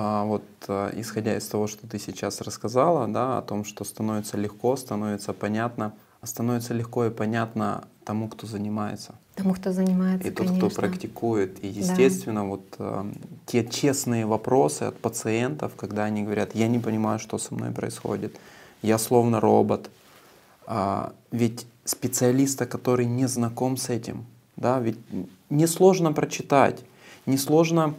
Исходя из того, что ты сейчас рассказала, да, о том, что становится легко, становится понятно, становится легко и понятно тому, кто занимается. Тому, кто занимается, и тот, конечно. кто практикует. И, естественно, те честные вопросы от пациентов, когда они говорят: я не понимаю, что со мной происходит, я словно робот. Ведь специалиста, который не знаком с этим, да, ведь несложно прочитать, несложно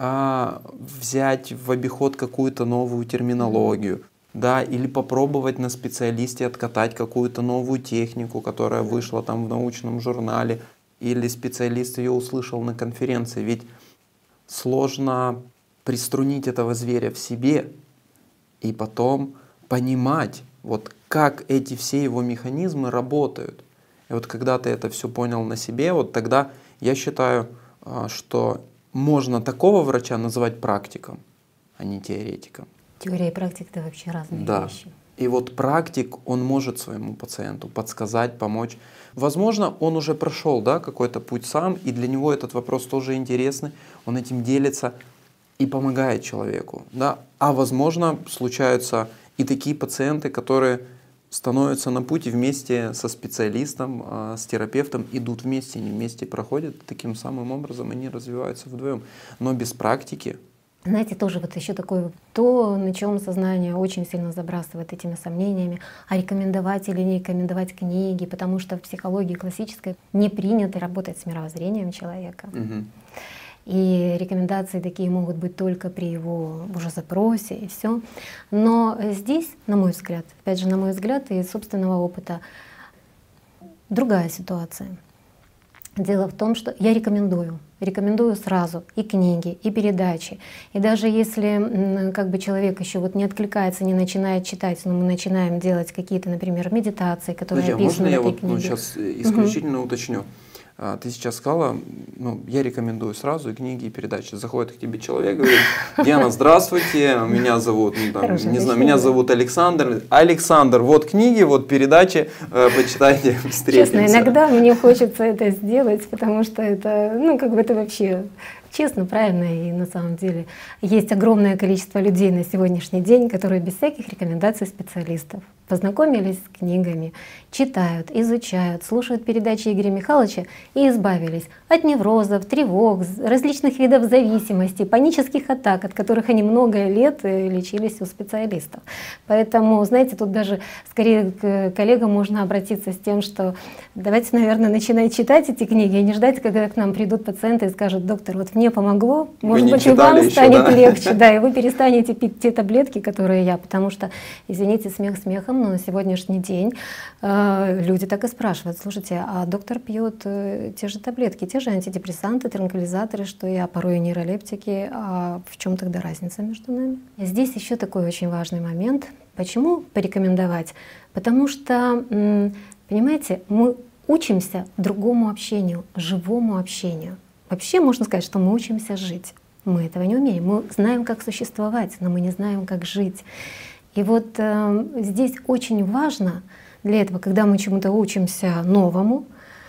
взять в обиход какую-то новую терминологию, да, или попробовать на специалисте откатать какую-то новую технику, которая вышла там в научном журнале, или специалист ее услышал на конференции. Ведь сложно приструнить этого зверя в себе и потом понимать, вот как эти все его механизмы работают. И вот когда ты это все понял на себе, вот тогда я считаю, что можно такого врача называть практиком, а не теоретиком. Теория и практика — это вообще разные вещи. И вот практик, он может своему пациенту подсказать, помочь. Возможно, он уже прошел, да, какой-то путь сам, и для него этот вопрос тоже интересный, он этим делится и помогает человеку. Да? А возможно, случаются и такие пациенты, которые становятся на пути вместе со специалистом, с терапевтом, идут вместе, они вместе проходят, таким самым образом они развиваются вдвоем. Но без практики. Знаете, тоже вот еще такое, то, на чем сознание очень сильно забрасывает этими сомнениями, а рекомендовать или не рекомендовать книги, потому что в психологии классической не принято работать с мировоззрением человека. Угу. И рекомендации такие могут быть только при его уже запросе и все. Но здесь, на мой взгляд, опять же, на мой взгляд и из собственного опыта, другая ситуация. Дело в том, что я рекомендую сразу и книги, и передачи. И даже если как бы человек еще вот не откликается, не начинает читать, но мы начинаем делать какие-то, например, медитации, которые описаны в этой книге. Можно я сейчас исключительно уточню? Ты сейчас сказала, я рекомендую сразу и книги, и передачи. Заходит к тебе человек, говорит: Диана, здравствуйте, меня зовут, меня зовут Александр. Александр, вот книги, вот передачи, почитайте, встретимся. Честно, иногда мне хочется это сделать, потому что это, это вообще честно, правильно. И на самом деле есть огромное количество людей на сегодняшний день, которые без всяких рекомендаций специалистов познакомились с книгами, читают, изучают, слушают передачи Игоря Михайловича и избавились от неврозов, тревог, различных видов зависимости, панических атак, от которых они много лет лечились у специалистов. Поэтому, знаете, тут даже скорее к коллегам можно обратиться с тем, что давайте, наверное, начинать читать эти книги и не ждать, когда к нам придут пациенты и скажут: доктор, вот мне помогло, может быть, и вам еще, станет да? легче, да, и вы перестанете пить те таблетки, которые я, потому что, извините, смех смехом, но на сегодняшний день люди так и спрашивают: слушайте, а доктор пьет те же таблетки, те же антидепрессанты, транквилизаторы, что и я, порой и нейролептики, а в чем тогда разница между нами? Здесь еще такой очень важный момент. Почему порекомендовать? Потому что, понимаете, мы учимся другому общению, живому общению. Вообще можно сказать, что мы учимся жить. Мы этого не умеем. Мы знаем, как существовать, но мы не знаем, как жить. И вот здесь очень важно для этого, когда мы чему-то учимся новому,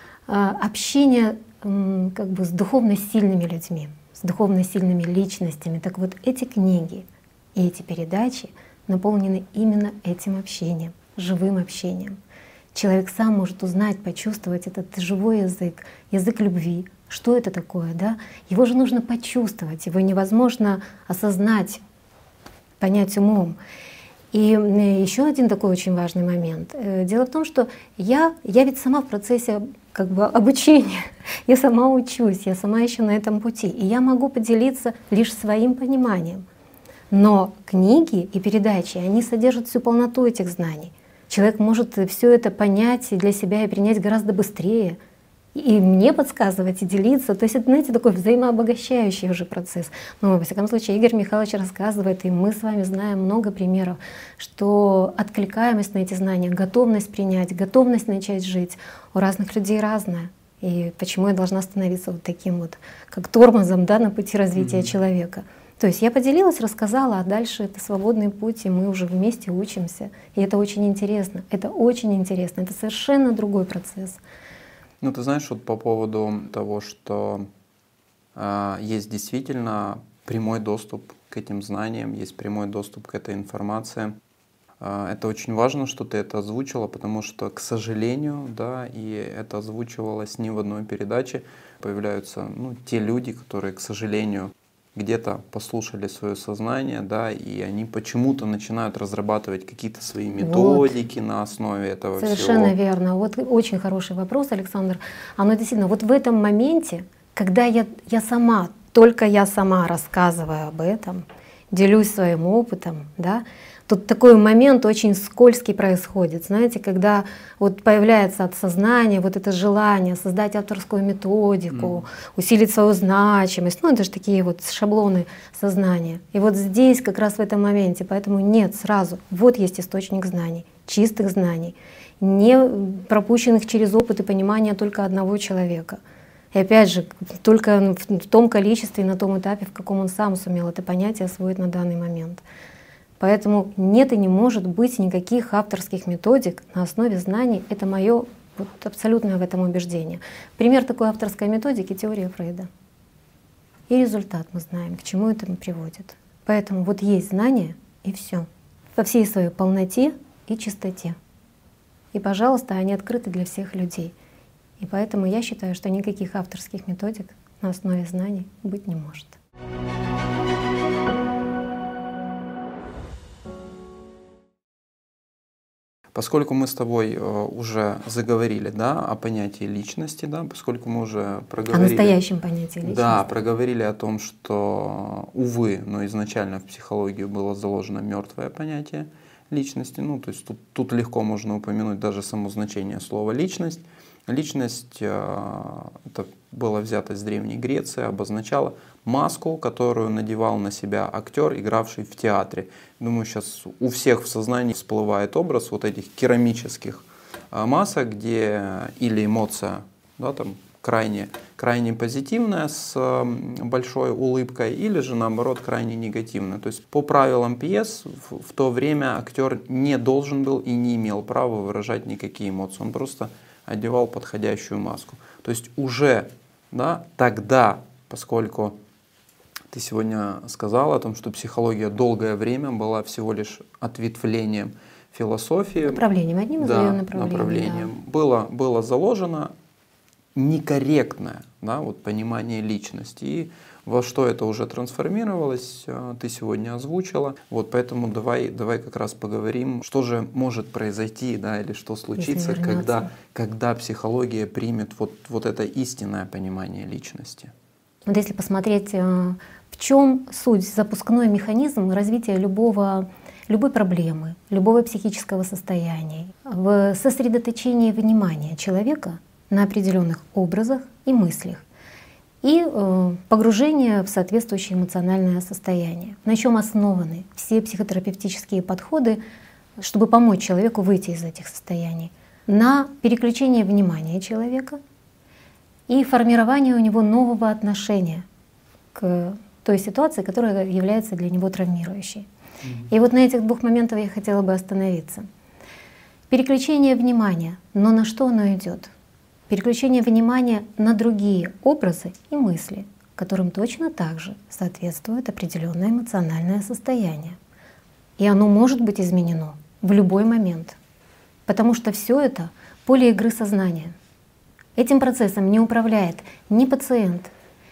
общение как бы с духовно сильными людьми, с духовно сильными личностями. Так вот, эти книги и эти передачи наполнены именно этим общением, живым общением. Человек сам может узнать, почувствовать этот живой язык, язык любви. Что это такое, да? Его же нужно почувствовать, его невозможно осознать, понять умом. И еще один такой очень важный момент. Дело в том, что я ведь сама в процессе как бы обучения, я сама учусь, я сама еще на этом пути, и я могу поделиться лишь своим пониманием. Но книги и передачи, они содержат всю полноту этих знаний. Человек может все это понять для себя и принять гораздо быстрее, и мне подсказывать, и делиться. То есть это, знаете, такой взаимообогащающий уже процесс. Но, во всяком случае, Игорь Михайлович рассказывает, и мы с вами знаем много примеров, что откликаемость на эти знания, готовность принять, готовность начать жить у разных людей разная. И почему я должна становиться вот таким вот, как тормозом, да, на пути развития человека? То есть я поделилась, рассказала, а дальше это свободный путь, и мы уже вместе учимся. И это очень интересно, это очень интересно, это совершенно другой процесс. Ну, ты знаешь, вот по поводу того, что есть действительно прямой доступ к этим знаниям, есть прямой доступ к этой информации. Это очень важно, что ты это озвучила, потому что, к сожалению, да, и это озвучивалось не в одной передаче, появляются те люди, которые, к сожалению, где-то послушали свое сознание, да, и они почему-то начинают разрабатывать какие-то свои методики на основе этого всего. Совершенно верно. Вот очень хороший вопрос, Александр. Оно действительно, вот в этом моменте, когда я сама, только я сама рассказываю об этом, делюсь своим опытом, да, тут такой момент очень скользкий происходит, знаете, когда вот появляется от сознания вот это желание создать авторскую методику, усилить свою значимость, это же такие вот шаблоны сознания. И вот здесь как раз в этом моменте, поэтому нет, сразу, вот есть источник знаний, чистых знаний, не пропущенных через опыт и понимание только одного человека. И опять же, только в том количестве, на том этапе, в каком он сам сумел это понятие освоить на данный момент. Поэтому нет и не может быть никаких авторских методик на основе знаний. Это мое вот абсолютное в этом убеждение. Пример такой авторской методики — теория Фрейда. И результат мы знаем, к чему это приводит. Поэтому вот есть знания, и все. Во всей своей полноте и чистоте. И, пожалуйста, они открыты для всех людей. И поэтому я считаю, что никаких авторских методик на основе знаний быть не может. Поскольку мы с тобой уже заговорили, да, о понятии личности, да, поскольку мы уже проговорили... О настоящем понятии личности. Да, проговорили о том, что, увы, но изначально в психологию было заложено мертвое понятие личности. То есть тут легко можно упомянуть даже само значение слова «личность». Личность, это было взято из Древней Греции, обозначала маску, которую надевал на себя актер, игравший в театре. Думаю, сейчас у всех в сознании всплывает образ вот этих керамических масок, где или эмоция, да, там, крайне позитивная с большой улыбкой, или же наоборот крайне негативная. То есть по правилам пьес в то время актер не должен был и не имел права выражать никакие эмоции. Он просто одевал подходящую маску. То есть уже, да, тогда, поскольку Ты сегодня сказала о том, что психология долгое время была всего лишь ответвлением философии. Направлением, одним из ее направлений. Да. Было заложено некорректное, да, вот понимание личности. И во что это уже трансформировалось, ты сегодня озвучила. Вот поэтому давай как раз поговорим, что же может произойти, да, или что случится, когда психология примет вот это истинное понимание личности. Вот если посмотреть, в чем суть, запускной механизм развития любой проблемы, любого психического состояния, в сосредоточении внимания человека на определенных образах и мыслях и погружение в соответствующее эмоциональное состояние. На чем основаны все психотерапевтические подходы, чтобы помочь человеку выйти из этих состояний? На переключение внимания человека и формирование у него нового отношения к той ситуации, которая является для него травмирующей. И вот на этих двух моментах я хотела бы остановиться. Переключение внимания, но на что оно идет? Переключение внимания на другие образы и мысли, которым точно так же соответствует определенное эмоциональное состояние. И оно может быть изменено в любой момент, потому что все это поле игры сознания. Этим процессом не управляет ни пациент,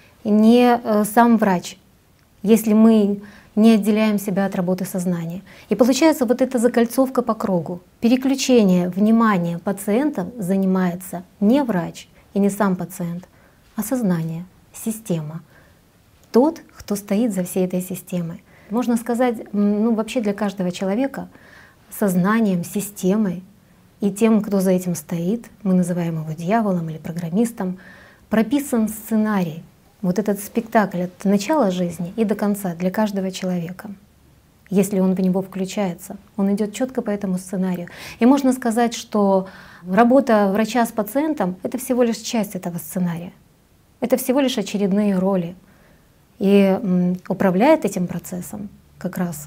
ни сам врач, если мы не отделяем себя от работы сознания. И получается вот эта закольцовка по кругу. Переключение внимания пациентов занимается не врач и не сам пациент, а сознание, система. Тот, кто стоит за всей этой системой. Можно сказать, вообще для каждого человека сознанием, системой и тем, кто за этим стоит, мы называем его дьяволом или программистом, прописан сценарий. Вот этот спектакль от начала жизни и до конца для каждого человека. Если он в него включается, он идет четко по этому сценарию. И можно сказать, что работа врача с пациентом — это всего лишь часть этого сценария. Это всего лишь очередные роли. И управляет этим процессом как раз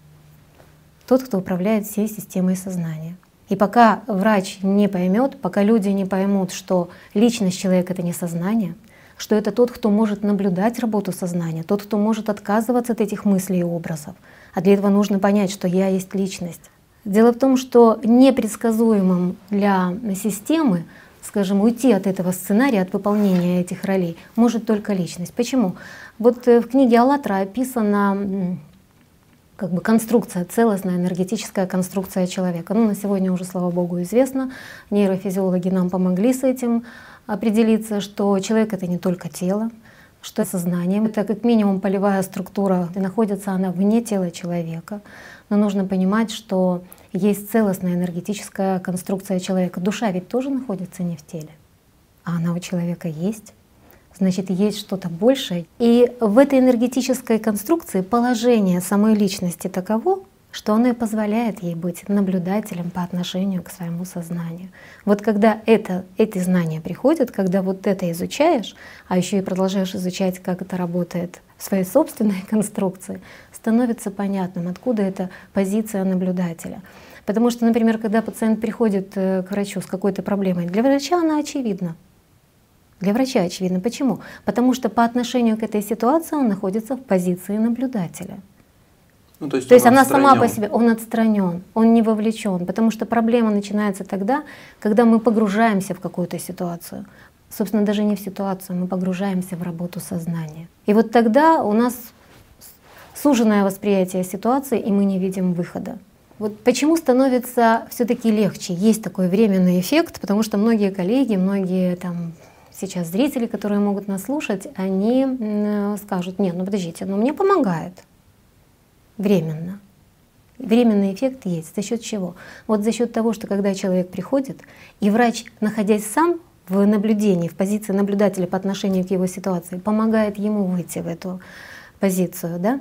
тот, кто управляет всей системой сознания. И пока врач не поймет, пока люди не поймут, что личность человека — это не сознание, что это тот, кто может наблюдать работу сознания, тот, кто может отказываться от этих мыслей и образов. А для этого нужно понять, что я есть личность. Дело в том, что непредсказуемым для системы, скажем, уйти от этого сценария, от выполнения этих ролей, может только личность. Почему? Вот в книге «АЛЛАТРА» описана конструкция, целостная энергетическая конструкция человека. На сегодня уже, слава богу, известно. Нейрофизиологи нам помогли с этим определиться, что человек — это не только тело, что сознание — это как минимум полевая структура, и находится она вне тела человека. Но нужно понимать, что есть целостная энергетическая конструкция человека. Душа ведь тоже находится не в теле, а она у человека есть. Значит, есть что-то большее. И в этой энергетической конструкции положение самой личности таково, что оно и позволяет ей быть наблюдателем по отношению к своему сознанию. Вот когда эти знания приходят, когда вот это изучаешь, а еще и продолжаешь изучать, как это работает в своей собственной конструкции, становится понятным, откуда эта позиция наблюдателя. Потому что, например, когда пациент приходит к врачу с какой-то проблемой, для врача она очевидна. Для врача очевидно. Почему? Потому что по отношению к этой ситуации он находится в позиции наблюдателя. То есть она сама по себе, он отстранен, он не вовлечен, потому что проблема начинается тогда, когда мы погружаемся в какую-то ситуацию. Собственно, даже не в ситуацию, мы погружаемся в работу сознания. И вот тогда у нас суженное восприятие ситуации, и мы не видим выхода. Вот почему становится все-таки легче? Есть такой временный эффект, потому что многие коллеги, многие сейчас зрители, которые могут нас слушать, они скажут: нет, подождите, мне помогает. Временно. Временный эффект есть. За счет чего? Вот за счет того, что когда человек приходит, и врач, находясь сам в наблюдении, в позиции наблюдателя по отношению к его ситуации, помогает ему выйти в эту позицию, да?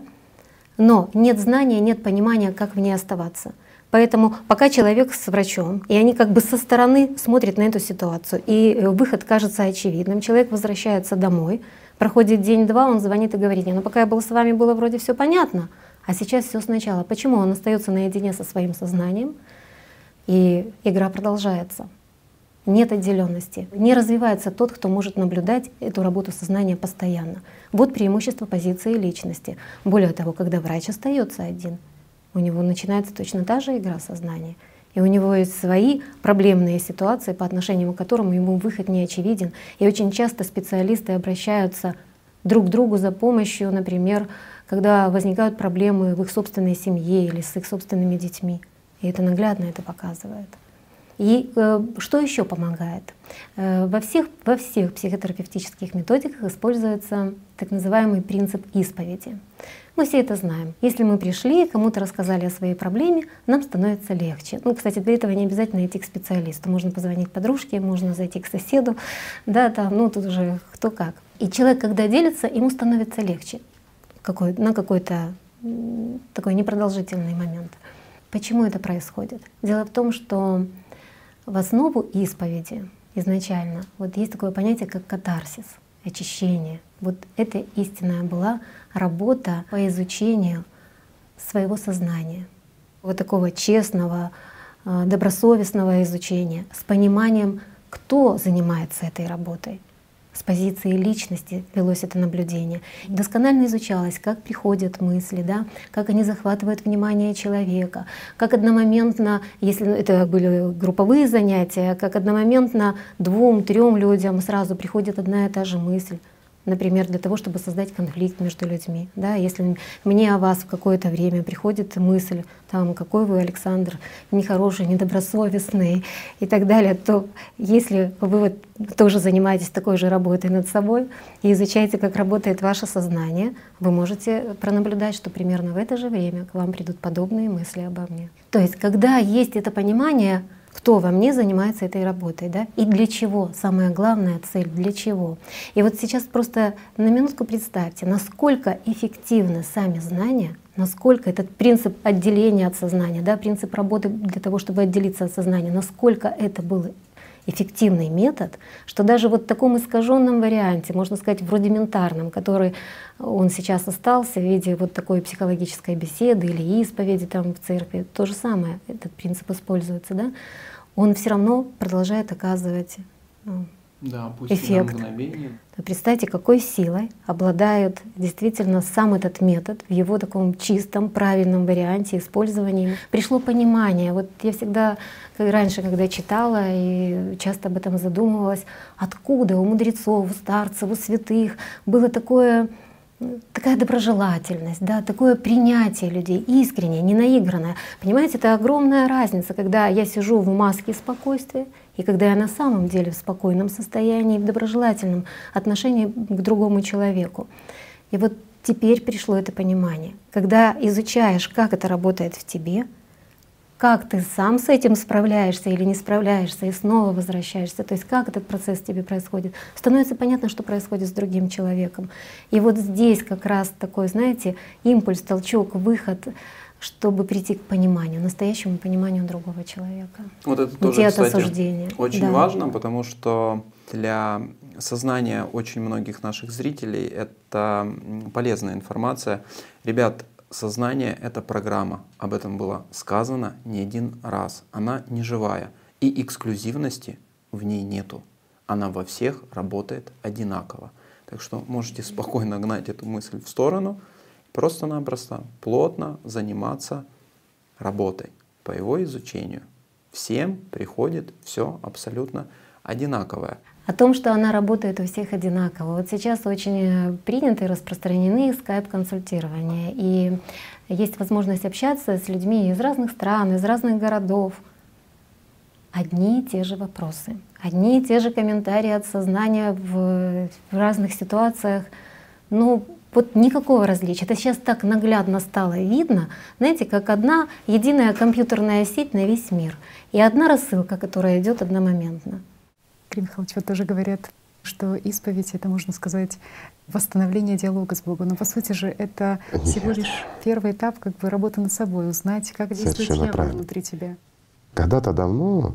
Но нет знания, нет понимания, как в ней оставаться. Поэтому пока человек с врачом, и они как бы со стороны смотрят на эту ситуацию, и выход кажется очевидным, человек возвращается домой, проходит день-два, он звонит и говорит: пока я был с вами, было вроде все понятно, а сейчас все сначала. Почему? Он остается наедине со своим сознанием, и игра продолжается. нет отделенности. Не развивается тот, кто может наблюдать эту работу сознания постоянно. Вот преимущество позиции личности. Более того, когда врач остается один, у него начинается точно та же игра сознания. И у него есть свои проблемные ситуации, по отношению к которым ему выход не очевиден. И очень часто специалисты обращаются друг к другу за помощью, например, когда возникают проблемы в их собственной семье или с их собственными детьми. И это наглядно это показывает. И что еще помогает? Во всех психотерапевтических методиках используется так называемый принцип исповеди. Мы все это знаем. Если мы пришли, кому-то рассказали о своей проблеме, нам становится легче. Ну, кстати, для этого не обязательно идти к специалисту. Можно позвонить подружке, можно зайти к соседу. Да, там, ну, тут уже кто как. И человек, когда делится, ему становится легче на какой-то такой непродолжительный момент. Почему это происходит? Дело в том, что в основу исповеди изначально вот есть такое понятие, как катарсис, очищение. Вот это истинная была работа по изучению своего сознания. Вот такого честного, добросовестного изучения с пониманием, кто занимается этой работой. С позиции личности велось это наблюдение. Досконально изучалось, как приходят мысли, да, как они захватывают внимание человека, как одномоментно, если это были групповые занятия, как одномоментно 2-3 людям сразу приходит одна и та же мысль. Например, для того, чтобы создать конфликт между людьми. Да? Если мне о вас в какое-то время приходит мысль, там, какой вы, Александр, нехороший, недобросовестный и так далее, то если вы вот тоже занимаетесь такой же работой над собой и изучаете, как работает ваше сознание, вы можете пронаблюдать, что примерно в это же время к вам придут подобные мысли обо мне. То есть, когда есть это понимание, кто во мне занимается этой работой, да? И для чего? Самая главная цель — для чего? И вот сейчас просто на минутку представьте, насколько эффективны сами знания, насколько этот принцип отделения от сознания, да, принцип работы для того, чтобы отделиться от сознания, насколько это был эффективный метод, что даже вот в таком искаженном варианте, можно сказать, в рудиментарном, который он сейчас остался в виде вот такой психологической беседы или исповеди там в церкви, то же самое, этот принцип используется, да, он все равно продолжает оказывать эффект. То представьте, какой силой обладает действительно сам этот метод в его таком чистом, правильном варианте использования. Пришло понимание. Вот я всегда, как раньше, когда читала и часто об этом задумывалась, откуда у мудрецов, у старцев, у святых было такая доброжелательность, да, такое принятие людей, искреннее, не наигранное. Понимаете, это огромная разница, когда я сижу в маске спокойствия и когда я на самом деле в спокойном состоянии, в доброжелательном отношении к другому человеку. И вот теперь пришло это понимание. Когда изучаешь, как это работает в тебе, как ты сам с этим справляешься или не справляешься, и снова возвращаешься, то есть как этот процесс в тебе происходит, становится понятно, что происходит с другим человеком. И вот здесь как раз такой, знаете, импульс, толчок, выход, чтобы прийти к пониманию, настоящему пониманию другого человека. Вот это тоже, кстати, осуждения. очень важно, потому что для сознания очень многих наших зрителей это полезная информация. Ребят, сознание — это программа, об этом было сказано не один раз. Она не живая, и эксклюзивности в ней нету. Она во всех работает одинаково. Так что можете спокойно гнать эту мысль в сторону, просто-напросто плотно заниматься работой по его изучению. Всем приходит все абсолютно одинаковое. О том, что она работает у всех одинаково. Вот сейчас очень приняты и распространены скайп-консультирования. И есть возможность общаться с людьми из разных стран, из разных городов. Одни и те же вопросы, одни и те же комментарии от сознания в разных ситуациях. Ну, вот никакого различия. Это сейчас так наглядно стало видно, знаете, как одна единая компьютерная сеть на весь мир. И одна рассылка, которая идет одномоментно. Игорь Михайлович, вот тоже говорят, что исповедь — это, можно сказать, восстановление диалога с Богом. Но по сути же это всего лишь первый этап как бы работы над собой, узнать, как действует дьявол внутри тебя. Когда-то давно,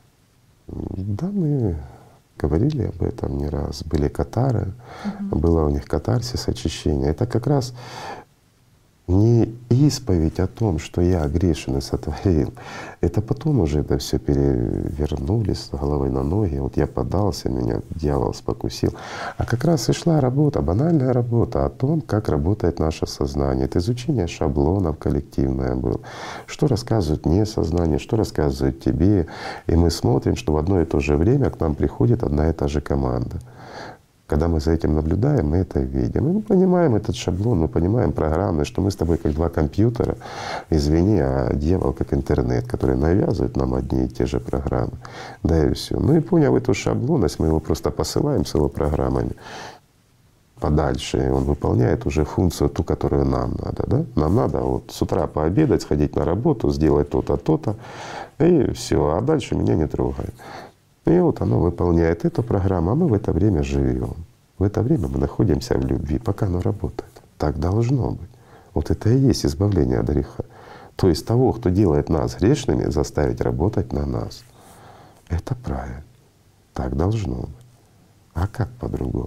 да, мы говорили об этом не раз, были катары, было у них катарсис, очищение. Это как раз Не исповедь о том, что я грешен и сотворил. Это потом уже это все перевернули с головы на ноги. Вот я поддался, меня дьявол спокусил. А как раз и шла работа, банальная работа о том, как работает наше сознание. Это изучение шаблонов коллективное было. Что рассказывает мне сознание, что рассказывает тебе. И мы смотрим, что в одно и то же время к нам приходит одна и та же команда. Когда мы за этим наблюдаем, мы это видим. И мы понимаем этот шаблон, мы понимаем программы, что мы с тобой как два компьютера, извини, а дьявол как интернет, который навязывает нам одни и те же программы. Да и все. Ну и поняв эту шаблонность, мы его просто посылаем с его программами подальше, и он выполняет уже функцию ту, которую нам надо. Да? Нам надо вот с утра пообедать, сходить на работу, сделать то-то, то-то, и все, а дальше меня не трогает. И вот оно выполняет эту программу, а мы в это время живем. В это время мы находимся в любви, пока оно работает. Так должно быть. Вот это и есть избавление от греха. То есть того, кто делает нас грешными, заставить работать на нас. Это правильно. Так должно быть. А как по-другому?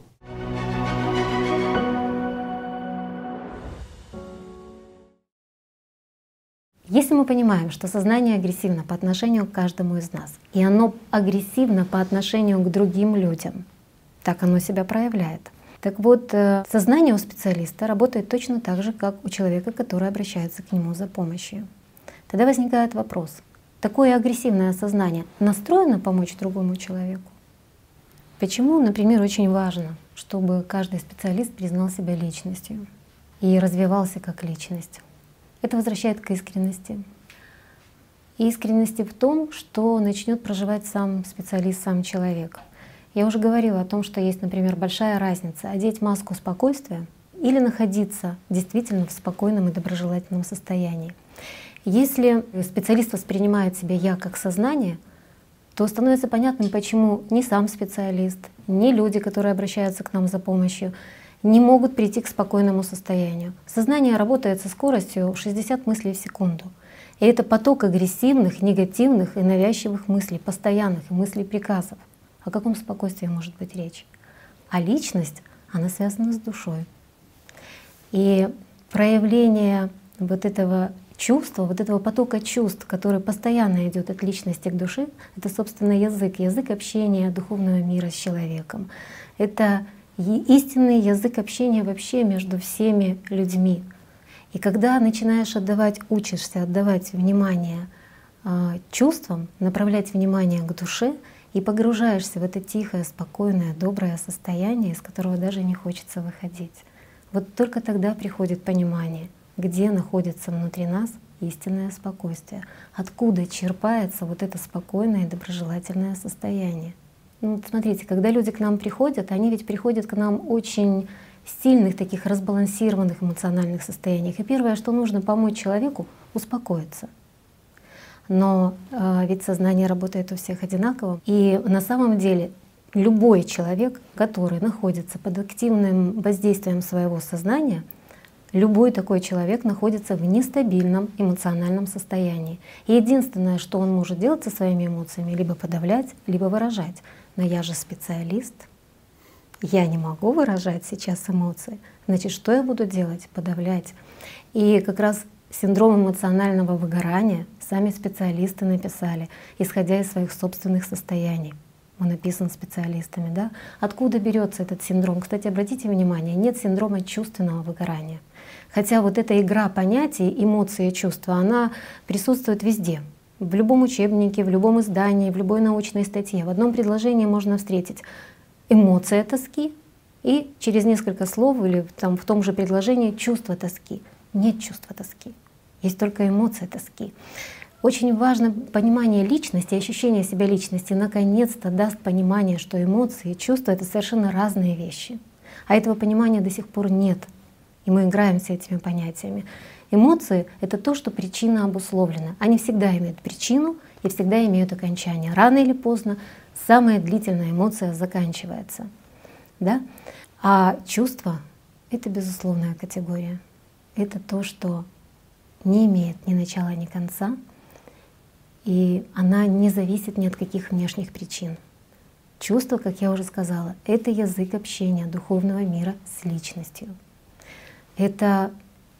Если мы понимаем, что сознание агрессивно по отношению к каждому из нас, и оно агрессивно по отношению к другим людям, так оно себя проявляет. Так вот, сознание у специалиста работает точно так же, как у человека, который обращается к нему за помощью. Тогда возникает вопрос: такое агрессивное сознание настроено помочь другому человеку? Почему, например, очень важно, чтобы каждый специалист признал себя личностью и развивался как личность? Это возвращает к искренности. Искренности в том, что начнет проживать сам специалист, сам человек. Я уже говорила о том, что есть, например, большая разница — одеть маску спокойствия или находиться действительно в спокойном и доброжелательном состоянии. Если специалист воспринимает себя «я» как сознание, то становится понятным, почему ни сам специалист, ни люди, которые обращаются к нам за помощью, не могут прийти к спокойному состоянию. Сознание работает со скоростью 60 мыслей в секунду. И это поток агрессивных, негативных и навязчивых мыслей, постоянных и мыслей приказов. О каком спокойствии может быть речь? А личность, она связана с душой. И проявление вот этого чувства, вот этого потока чувств, который постоянно идет от личности к душе, это, собственно, язык общения духовного мира с человеком. Это истинный язык общения вообще между всеми людьми. И когда начинаешь учишься отдавать внимание чувствам, направлять внимание к душе и погружаешься в это тихое, спокойное, доброе состояние, из которого даже не хочется выходить, вот только тогда приходит понимание, где находится внутри нас истинное спокойствие, откуда черпается вот это спокойное и доброжелательное состояние. Ну, смотрите, когда люди к нам приходят, они ведь приходят к нам очень сильных, таких разбалансированных эмоциональных состояниях. И первое, что нужно помочь человеку — успокоиться. Но ведь сознание работает у всех одинаково. И на самом деле любой человек, который находится под активным воздействием своего сознания, любой такой человек находится в нестабильном эмоциональном состоянии. И единственное, что он может делать со своими эмоциями — либо подавлять, либо выражать. Но я же специалист, я не могу выражать сейчас эмоции. Значит, что я буду делать? Подавлять. И как раз синдром эмоционального выгорания сами специалисты написали, исходя из своих собственных состояний. Он написан специалистами. Да? Откуда берется этот синдром? Кстати, обратите внимание, нет синдрома чувственного выгорания. Хотя вот эта игра понятий, эмоции и чувства, она присутствует везде. В любом учебнике, в любом издании, в любой научной статье. В одном предложении можно встретить эмоция тоски и через несколько слов или в том же предложении чувство тоски. Нет чувства тоски, есть только эмоция тоски. Очень важно понимание личности, ощущение себя личности наконец-то даст понимание, что эмоции и чувства — это совершенно разные вещи. А этого понимания до сих пор нет. И мы играем с этими понятиями. Эмоции — это то, что причина обусловлена. Они всегда имеют причину и всегда имеют окончание. Рано или поздно самая длительная эмоция заканчивается. Да? А чувство — это безусловная категория. Это то, что не имеет ни начала, ни конца, и она не зависит ни от каких внешних причин. Чувство, как я уже сказала, это язык общения духовного мира с личностью. Это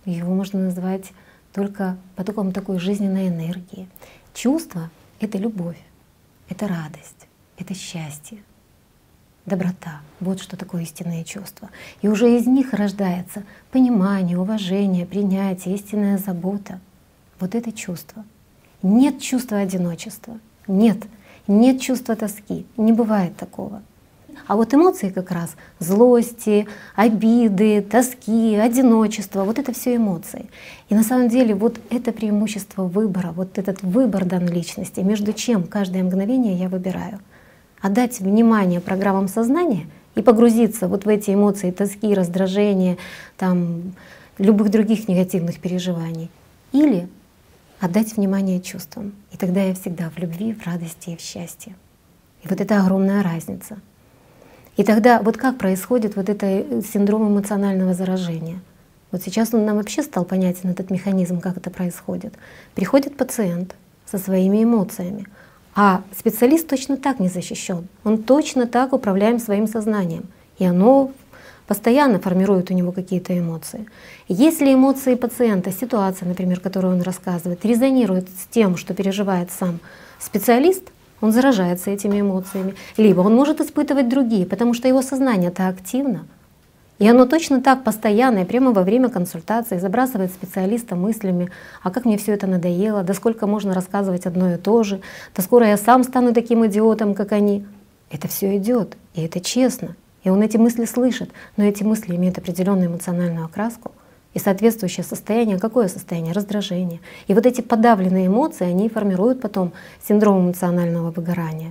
его можно назвать только потоком такой жизненной энергии. Чувство — это любовь, это радость, это счастье, доброта. Вот что такое истинные чувства. И уже из них рождается понимание, уважение, принятие, истинная забота. Вот это чувство. Нет чувства одиночества. Нет. Нет чувства тоски. Не бывает такого. А вот эмоции как раз злости, обиды, тоски, одиночество — вот это все эмоции. И на самом деле вот это преимущество выбора, вот этот выбор данной личности, между чем каждое мгновение я выбираю. Отдать внимание программам сознания и погрузиться вот в эти эмоции тоски, раздражения, там, любых других негативных переживаний. Или отдать внимание чувствам. И тогда я всегда в любви, в радости и в счастье. И вот это огромная разница. И тогда вот как происходит вот это синдром эмоционального заражения? Вот сейчас он нам вообще стал понятен, этот механизм, как это происходит. Приходит пациент со своими эмоциями, а специалист точно так не защищен. Он точно так управляем своим сознанием. И оно постоянно формирует у него какие-то эмоции. Если эмоции пациента, ситуация, например, которую он рассказывает, резонирует с тем, что переживает сам специалист, он заражается этими эмоциями. Либо он может испытывать другие, потому что его сознание-то активно. И оно точно так постоянно, и прямо во время консультации забрасывает специалиста мыслями: а как мне все это надоело, да сколько можно рассказывать одно и то же, да скоро я сам стану таким идиотом, как они. Это все идет, и это честно. И он эти мысли слышит, но эти мысли имеют определенную эмоциональную окраску. И соответствующее состояние, какое состояние? Раздражение. И вот эти подавленные эмоции, они формируют потом синдром эмоционального выгорания.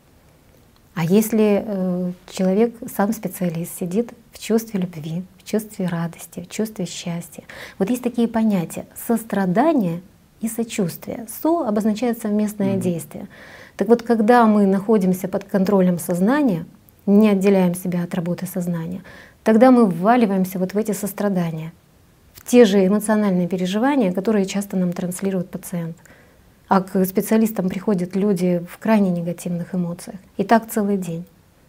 А если человек, сам специалист, сидит в чувстве любви, в чувстве радости, в чувстве счастья. Вот есть такие понятия: сострадание и сочувствие. Со обозначает совместное действие. Так вот, когда мы находимся под контролем сознания, не отделяем себя от работы сознания, тогда мы вваливаемся вот в эти сострадания, в те же эмоциональные переживания, которые часто нам транслирует пациент. А к специалистам приходят люди в крайне негативных эмоциях. И так целый день.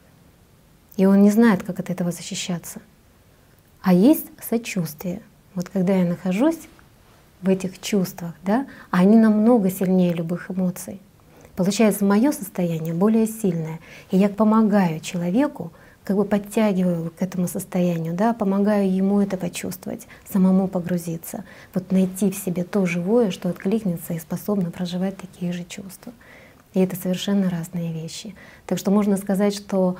И он не знает, как от этого защищаться. А есть сочувствие. Вот когда я нахожусь в этих чувствах, да, они намного сильнее любых эмоций. Получается, мое состояние более сильное. И я помогаю человеку, как бы подтягиваю к этому состоянию, да, помогаю ему это почувствовать, самому погрузиться, вот найти в себе то живое, что откликнется и способно проживать такие же чувства. И это совершенно разные вещи. Так что можно сказать, что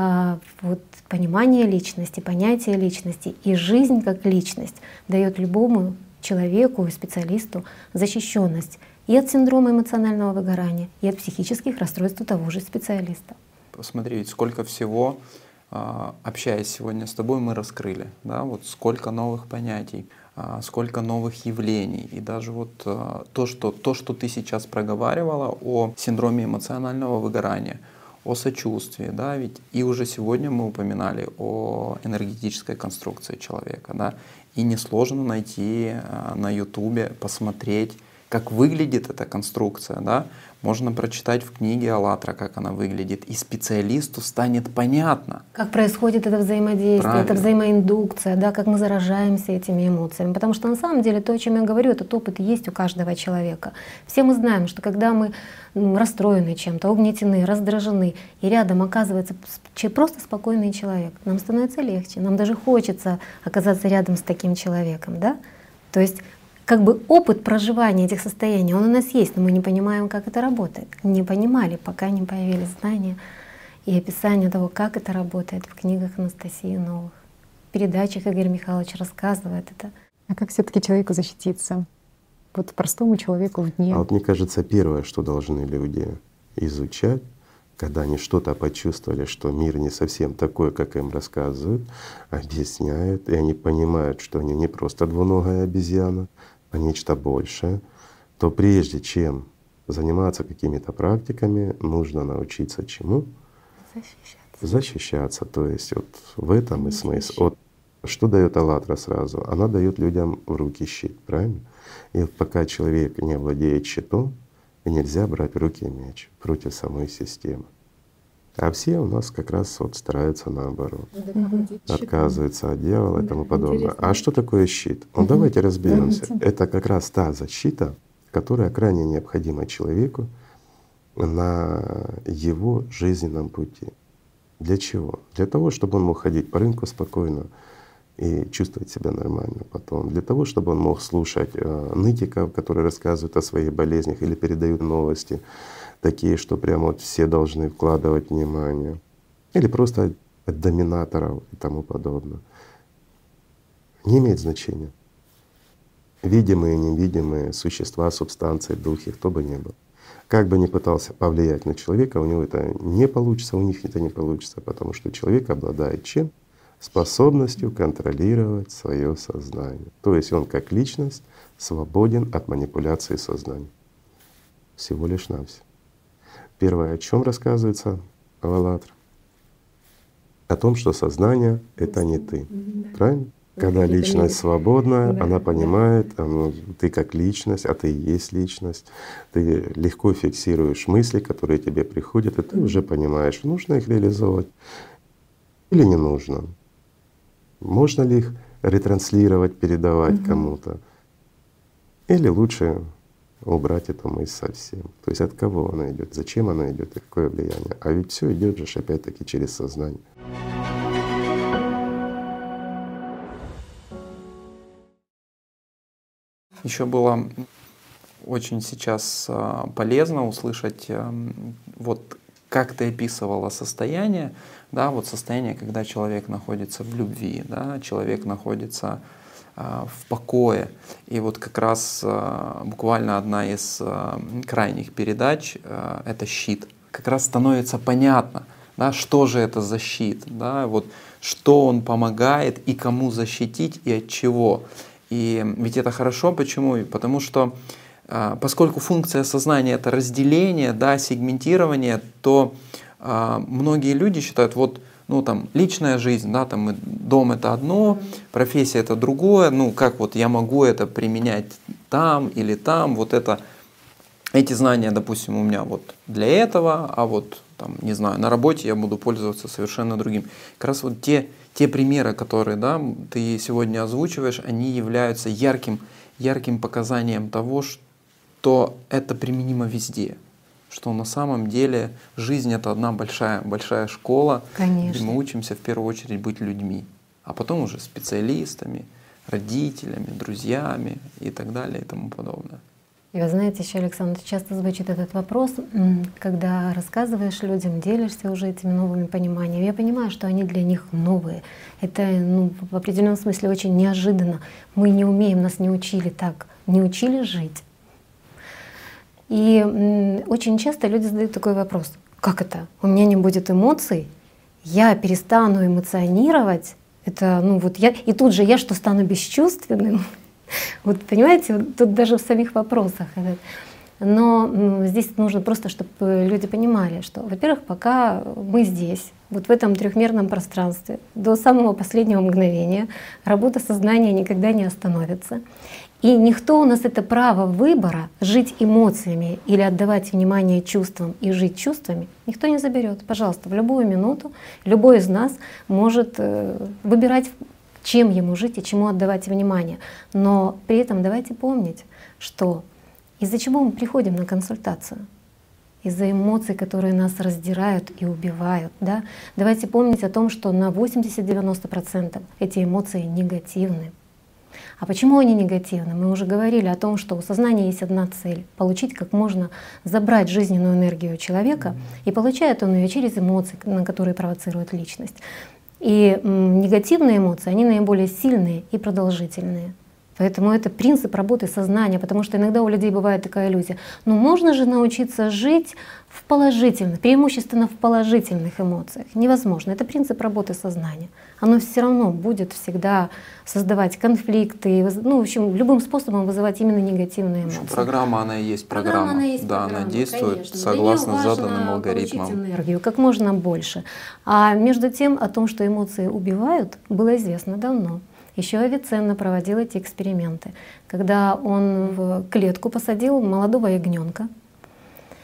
вот понимание личности, понятие личности и жизнь как личность дает любому человеку и специалисту защищенность и от синдрома эмоционального выгорания, и от психических расстройств у того же специалиста. Посмотри, ведь сколько всего, общаясь сегодня с тобой, мы раскрыли, да, вот сколько новых понятий, сколько новых явлений, и даже вот то, что ты сейчас проговаривала о синдроме эмоционального выгорания, о сочувствии, да, ведь и уже сегодня мы упоминали о энергетической конструкции человека, да, и несложно найти на Ютубе, посмотреть, как выглядит эта конструкция, да, можно прочитать в книге «АЛЛАТРА», как она выглядит, и специалисту станет понятно. Как происходит это взаимодействие, Правильно. это взаимоиндукция, да, как мы заражаемся этими эмоциями. Потому что на самом деле то, о чем я говорю, этот опыт есть у каждого человека. Все мы знаем, что когда мы расстроены чем-то, угнетены, раздражены, и рядом оказывается просто спокойный человек, нам становится легче, нам даже хочется оказаться рядом с таким человеком. Да? То есть как бы опыт проживания этих состояний, он у нас есть, но мы не понимаем, как это работает. Не понимали, пока не появились знания и описание того, как это работает в книгах Анастасии Новых. В передачах Игорь Михайлович рассказывает это. А как все-таки человеку защититься? Вот простому человеку в дне. А вот мне кажется, первое, что должны люди изучать, когда они что-то почувствовали, что мир не совсем такой, как им рассказывают, объясняют, и они понимают, что они не просто двуногая обезьяна, а нечто большее, то прежде чем заниматься какими-то практиками, нужно научиться чему? Защищаться. То есть вот в этом и смысл. Вот что дает «АЛЛАТРА» сразу? Она дает людям в руки щит, правильно? И вот пока человек не владеет щитом, нельзя брать в руки меч против самой системы. А все у нас как раз вот стараются наоборот, отказываются от дьявола и тому подобное. А что такое щит? Ну давайте разберемся. Это как раз та защита, которая крайне необходима человеку на его жизненном пути. Для чего? Для того, чтобы он мог ходить по рынку спокойно и чувствовать себя нормально потом. Для того, чтобы он мог слушать нытиков, которые рассказывают о своих болезнях или передают новости, такие, что прямо вот все должны вкладывать внимание. Или просто от доминаторов и тому подобное. Не имеет значения. Видимые, невидимые существа, субстанции, духи, кто бы ни был. Как бы ни пытался повлиять на человека, у него это не получится, у них это не получится, потому что человек обладает чем? Способностью контролировать свое сознание. То есть он как личность свободен от манипуляции сознанием. Всего лишь навсего. Первое, о чем рассказывается в «АллаТра»? О том, что сознание — это не ты. Правильно? Когда личность свободная, она понимает, ты как личность, а ты и есть личность, ты легко фиксируешь мысли, которые тебе приходят, и ты уже понимаешь, нужно их реализовывать или не нужно. Можно ли их ретранслировать, передавать кому-то, или лучше убрать эту мысль совсем. То есть от кого она идет, зачем она идет и какое влияние. А ведь все идет же опять-таки через сознание. Еще было очень сейчас полезно услышать, вот как ты описывала состояние, да, вот состояние, когда человек находится в любви, да, человек находится в покое. И вот как раз буквально одна из крайних передач — это щит. Как раз становится понятно, да, что же это за щит, да, вот что он помогает и кому защитить и от чего. И ведь это хорошо, почему? Потому что поскольку функция сознания — это разделение, да, сегментирование, то многие люди считают, вот, ну там личная жизнь, да, там дом — это одно, профессия — это другое, ну как вот я могу это применять там или там, вот это, эти знания, допустим, у меня вот для этого, а вот там, не знаю, на работе я буду пользоваться совершенно другим. Как раз вот те примеры, которые, да, ты сегодня озвучиваешь, они являются ярким показанием того, что это применимо везде. Что на самом деле жизнь — это одна большая школа, Конечно. где мы учимся в первую очередь быть людьми, а потом уже специалистами, родителями, друзьями и так далее и тому подобное. И вы знаете, еще, Александр, часто звучит этот вопрос, когда рассказываешь людям, делишься уже этими новыми пониманиями. Я понимаю, что они для них новые. Это в определенном смысле очень неожиданно. Мы не умеем, нас не учили так, не учили жить. И очень часто люди задают такой вопрос: как это? У меня не будет эмоций, я перестану эмоционировать, это, вот я, и тут же я что, стану бесчувственным? Вот понимаете, вот тут даже в самих вопросах. Но здесь нужно просто, чтобы люди понимали, что, во-первых, пока мы здесь, вот в этом трехмерном пространстве, до самого последнего мгновения работа сознания никогда не остановится. И никто у нас это право выбора жить эмоциями или отдавать внимание чувствам и жить чувствами никто не заберет. Пожалуйста, в любую минуту любой из нас может выбирать, чем ему жить и чему отдавать внимание. Но при этом давайте помнить, что из-за чего мы приходим на консультацию? Из-за эмоций, которые нас раздирают и убивают. Да? Давайте помнить о том, что на 80-90% эти эмоции негативны. А почему они негативны? Мы уже говорили о том, что у сознания есть одна цель — получить как можно, забрать жизненную энергию человека, и получает он ее через эмоции, на которые провоцирует личность. И негативные эмоции, они наиболее сильные и продолжительные. Поэтому это принцип работы сознания, потому что иногда у людей бывает такая иллюзия: ну можно же научиться жить в положительных, преимущественно в положительных эмоциях. Невозможно. Это принцип работы сознания. Оно все равно будет всегда создавать конфликты, в общем, любым способом вызывать именно негативные эмоции. Программа, она и есть программа. Она есть да, программа, она действует конечно. согласно заданным алгоритмам. Получить энергию как можно больше. А между тем о том, что эмоции убивают, было известно давно. Еще Авиценна проводил эти эксперименты, когда он в клетку посадил молодого ягненка,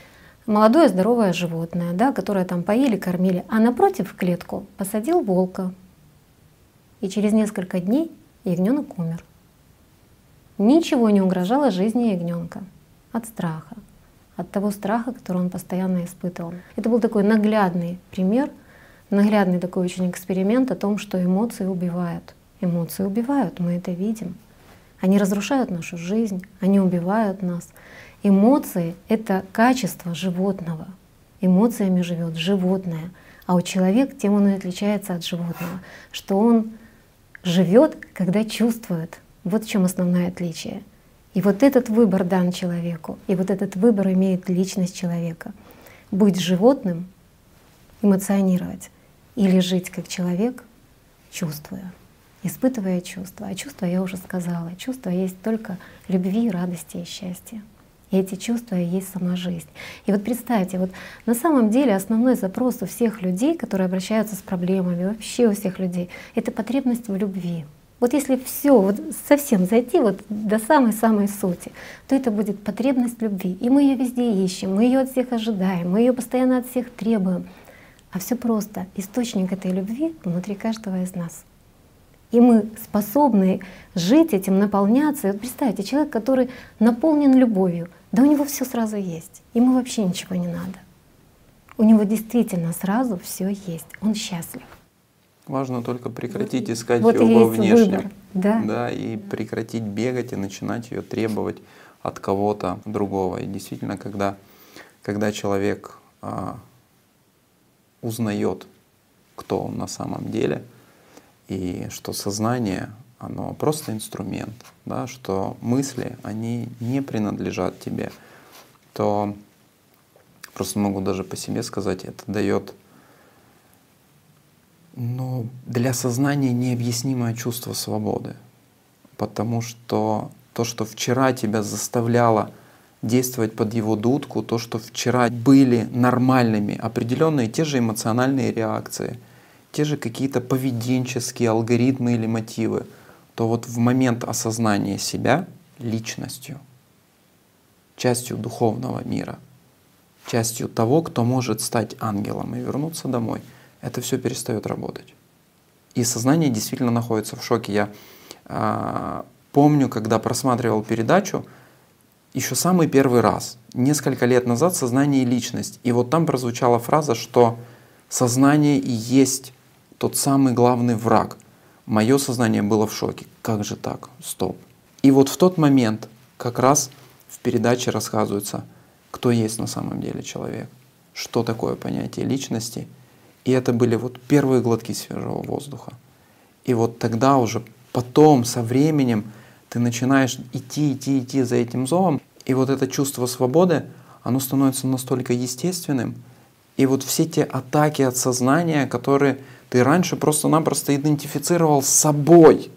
молодое здоровое животное, да, которое там поили, кормили, а напротив в клетку посадил волка. И через несколько дней ягненок умер. Ничего не угрожало жизни ягненка от страха, от того страха, который он постоянно испытывал. Это был такой наглядный пример, наглядный такой очень эксперимент о том, что эмоции убивают. Эмоции убивают, мы это видим. Они разрушают нашу жизнь, они убивают нас. Эмоции — это качество животного. Эмоциями живет животное. А у человека тем он и отличается от животного, что он живет, когда чувствует. Вот в чем основное отличие. И вот этот выбор дан человеку, и вот этот выбор имеет личность человека. Быть животным, эмоционировать, или жить как человек, чувствуя, испытывая чувства. А чувства, я уже сказала, чувства есть только любви, радости и счастья. И эти чувства и есть сама жизнь. И вот представьте, вот на самом деле основной запрос у всех людей, которые обращаются с проблемами, вообще у всех людей, это потребность в любви. Вот если все вот совсем зайти вот до самой-самой сути, то это будет потребность в любви. И мы ее везде ищем, мы ее от всех ожидаем, мы ее постоянно от всех требуем. А все просто. Источник этой любви внутри каждого из нас. И мы способны жить этим, наполняться. И вот представьте, человек, который наполнен любовью, да у него все сразу есть. Ему вообще ничего не надо. У него действительно сразу все есть. Он счастлив. Важно только прекратить искать вот его во внешнем. Да? И прекратить бегать и начинать ее требовать от кого-то другого. И действительно, когда человек узнает, кто он на самом деле, и что сознание, оно просто инструмент, да, что мысли, они не принадлежат тебе, то просто могу даже по себе сказать, это дает для сознания необъяснимое чувство свободы. Потому что то, что вчера тебя заставляло действовать под его дудку, то, что вчера были нормальными определенные те же эмоциональные реакции, те же какие-то поведенческие алгоритмы или мотивы, то вот в момент осознания себя личностью, частью духовного мира, частью того, кто может стать ангелом и вернуться домой, это все перестает работать. И сознание действительно находится в шоке. Я помню, когда просматривал передачу, еще самый первый раз, несколько лет назад, «Сознание и личность». И вот там прозвучала фраза, что сознание и есть тот самый главный враг. Мое сознание было в шоке. Как же так? Стоп. И вот в тот момент как раз в передаче рассказывается, кто есть на самом деле человек, что такое понятие личности. И это были вот первые глотки свежего воздуха. И вот тогда уже потом, со временем, ты начинаешь идти за этим зовом, и вот это чувство свободы, оно становится настолько естественным. И вот все те атаки от сознания, которые ты раньше просто-напросто идентифицировал с собой,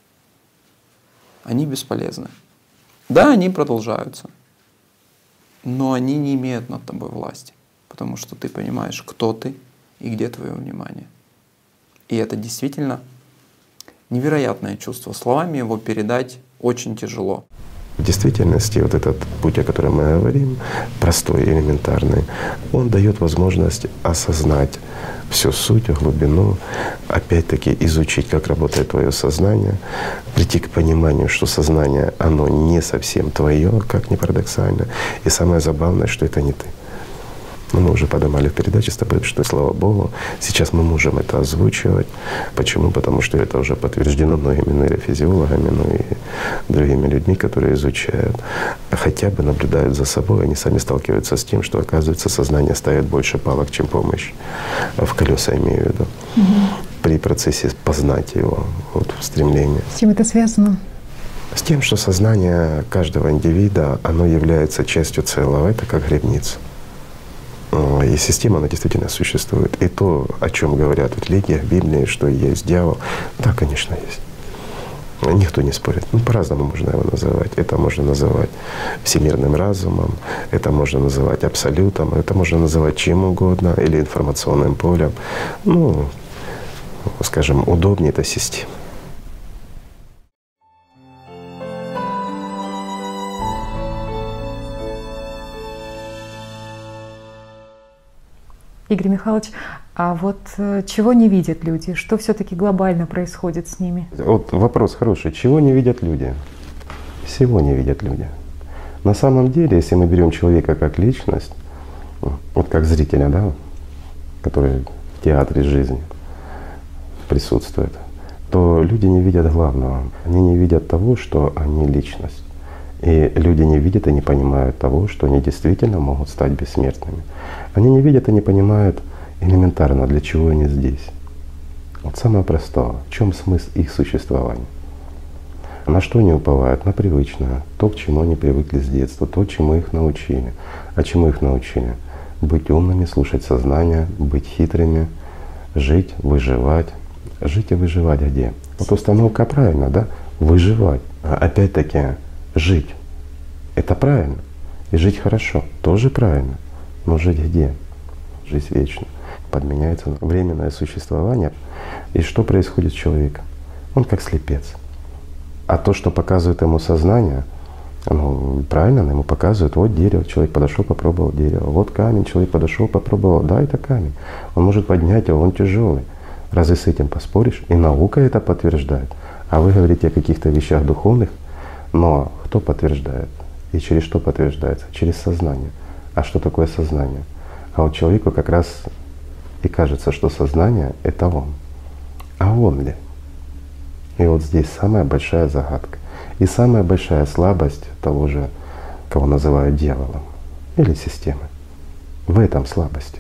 они бесполезны. Да, они продолжаются, но они не имеют над тобой власти, потому что ты понимаешь, кто ты и где твое внимание. И это действительно невероятное чувство. Словами его передать очень тяжело. В действительности вот этот путь, о котором мы говорим, простой, элементарный, он дает возможность осознать всю суть, глубину, опять-таки изучить, как работает твое сознание, прийти к пониманию, что сознание, оно не совсем твое, как ни парадоксально, и самое забавное, что это не ты. Но мы уже поднимали в передаче с тобой, что, слава Богу, сейчас мы можем это озвучивать. Почему? Потому что это уже подтверждено многими нейрофизиологами, ну и другими людьми, которые изучают, хотя бы наблюдают за собой, они сами сталкиваются с тем, что, оказывается, сознание ставит больше палок, чем помощь. В колеса имею в виду. При процессе познать его, вот в стремлении. С чем это связано? С тем, что сознание каждого индивида, оно является частью целого, это как грибница. И система, она действительно существует. И то, о чем говорят в религиях, в Библии, что есть дьявол, да, конечно, есть. Никто не спорит. По-разному можно его называть. Это можно называть всемирным разумом, это можно называть абсолютом, это можно называть чем угодно, или информационным полем. Скажем, удобнее это система. Игорь Михайлович, а вот чего не видят люди? Что все-таки глобально происходит с ними? Вот вопрос хороший. Чего не видят люди? Всего не видят люди. На самом деле, если мы берем человека как личность, вот как зрителя, да, который в театре жизни присутствует, то люди не видят главного. Они не видят того, что они личность. И люди не видят и не понимают того, что они действительно могут стать бессмертными. Они не видят и не понимают элементарно, для чего они здесь. Вот самое простое. В чем смысл их существования? На что они уповают? На привычное. То, к чему они привыкли с детства, то, чему их научили. А чему их научили? Быть умными, слушать сознание, быть хитрыми, жить, выживать. Жить и выживать где? Вот установка правильно, да? Выживать. А опять-таки, жить. Это правильно. И жить хорошо. Тоже правильно. Но жить где? Жизнь вечна. Подменяется временное существование. И что происходит с человеком? Он как слепец. А то, что показывает ему сознание, ну, правильно, ему показывают, вот дерево, человек подошел, попробовал дерево, вот камень, человек подошел, попробовал, да, это камень. Он может поднять его, он тяжелый. Разве с этим поспоришь? И наука это подтверждает. А вы говорите о каких-то вещах духовных, но кто подтверждает? И через что подтверждается? Через сознание. А что такое сознание? А вот человеку как раз и кажется, что сознание — это он. А он ли? И вот здесь самая большая загадка. И самая большая слабость того же, кого называют дьяволом или системой. В этом слабости.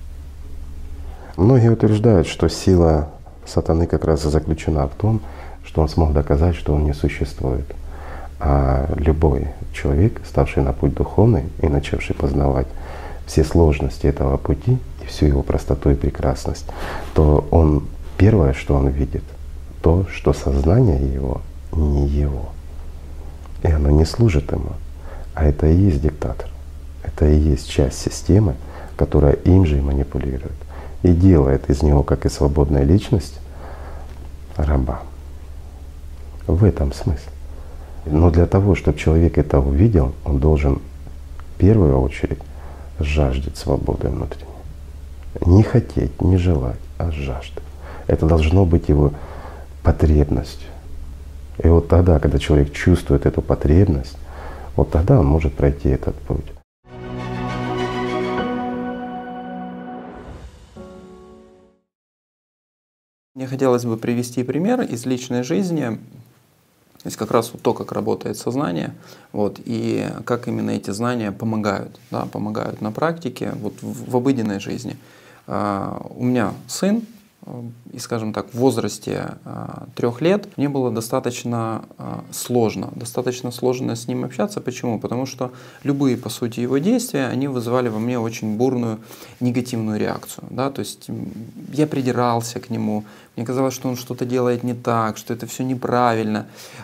Многие утверждают, что сила сатаны как раз и заключена в том, что он смог доказать, что он не существует. А любой человек, ставший на путь духовный и начавший познавать все сложности этого пути и всю его простоту и прекрасность, то он первое, что он видит, то, что сознание его не его. И оно не служит ему. А это и есть диктатор. Это и есть часть системы, которая им же и манипулирует. И делает из него, как и свободная личность, раба. В этом смысл. Но для того, чтобы человек это увидел, он должен в первую очередь жаждать свободы внутренней. Не хотеть, не желать, а жаждать. Это должно быть его потребностью. И вот тогда, когда человек чувствует эту потребность, вот тогда он может пройти этот путь. Мне хотелось бы привести пример из личной жизни, то есть как раз вот то, как работает сознание, вот, и как именно эти знания помогают, да, помогают на практике, вот в обыденной жизни. У меня сын, и, скажем так, в возрасте 3 лет мне было достаточно сложно с ним общаться. Почему? Потому что любые, по сути, его действия, они вызывали во мне очень бурную негативную реакцию. Да? То есть я придирался к нему, мне казалось, что он что-то делает не так, что это все неправильно.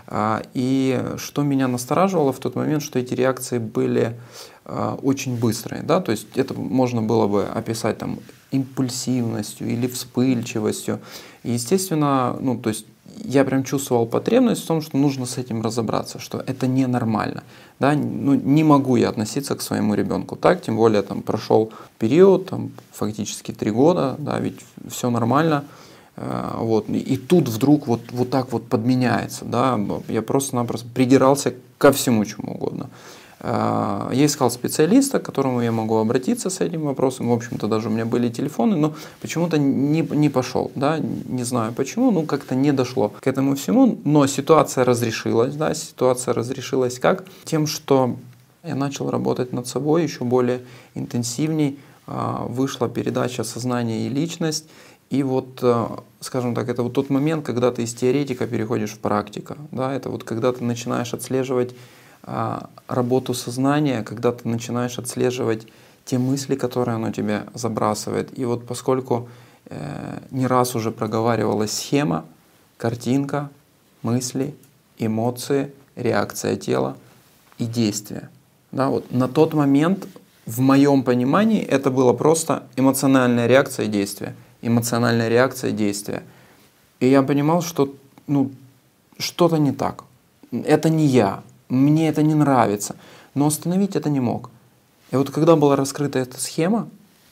И что меня настораживало в тот момент, что эти реакции были очень быстрые. Да? То есть это можно было бы описать там импульсивностью или вспыльчивостью. И, естественно, ну, то есть я прям чувствовал потребность в том, что нужно с этим разобраться, что это ненормально. Да? Ну, не могу я относиться к своему ребенку так, тем более там прошел период, там, фактически 3 года, да, ведь все нормально. Вот. И тут вдруг вот так вот подменяется. Да? Я просто-напросто придирался ко всему, чему угодно. Я искал специалиста, к которому я могу обратиться с этим вопросом. В общем-то, даже у меня были телефоны, но почему-то не пошел. Да? Не знаю почему, ну как-то не дошло к этому всему. Но ситуация разрешилась. Да? Ситуация разрешилась как? Тем, что я начал работать над собой еще более интенсивней. Вышла передача «Сознание и личность». И вот, скажем так, это вот тот момент, когда ты из теоретика переходишь в практика. Да? Это вот когда ты начинаешь отслеживать работу сознания, когда ты начинаешь отслеживать те мысли, которые оно тебе забрасывает. И вот поскольку не раз уже проговаривалась схема, картинка, мысли, эмоции, реакция тела и действия. Да, вот на тот момент, в моем понимании, это было просто эмоциональная реакция и действие. Эмоциональная реакция и действие. И я понимал, что ну, что-то не так. Это не я. Мне это не нравится, но остановить это не мог. И вот когда была раскрыта эта схема,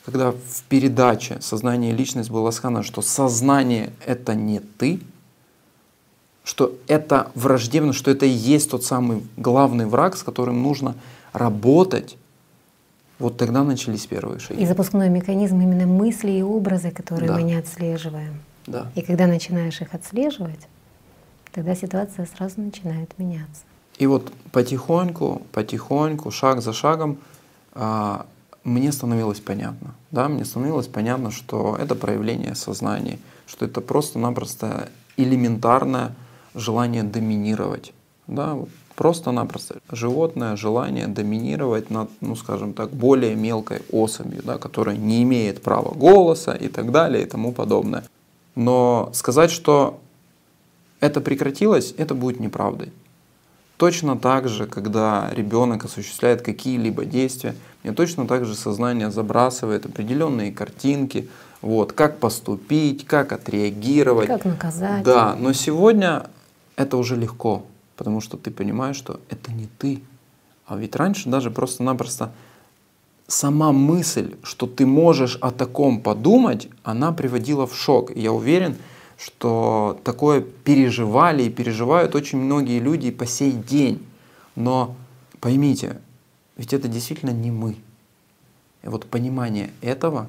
когда в передаче «Сознание и личность» было сказано, что сознание — это не ты, что это враждебно, что это и есть тот самый главный враг, с которым нужно работать, вот тогда начались первые шаги. И запускной механизм именно мысли и образы, которые мы не отслеживаем. Да. И когда начинаешь их отслеживать, тогда ситуация сразу начинает меняться. И вот потихоньку, шаг за шагом мне становилось понятно. Да? Мне становилось понятно, что это проявление сознания, что это просто-напросто элементарное желание доминировать. Да? Вот просто-напросто животное желание доминировать над, ну скажем так, более мелкой особью, да, которая не имеет права голоса и так далее и тому подобное. Но сказать, что это прекратилось, это будет неправдой. Точно так же, когда ребенок осуществляет какие-либо действия, мне точно так же сознание забрасывает определенные картинки, вот, как поступить, как отреагировать. Как наказать. Да, но сегодня это уже легко, потому что ты понимаешь, что это не ты. А ведь раньше даже просто-напросто сама мысль, что ты можешь о таком подумать, она приводила в шок. И я уверен, что такое переживали и переживают очень многие люди и по сей день. Но поймите, ведь это действительно не мы. И вот понимание этого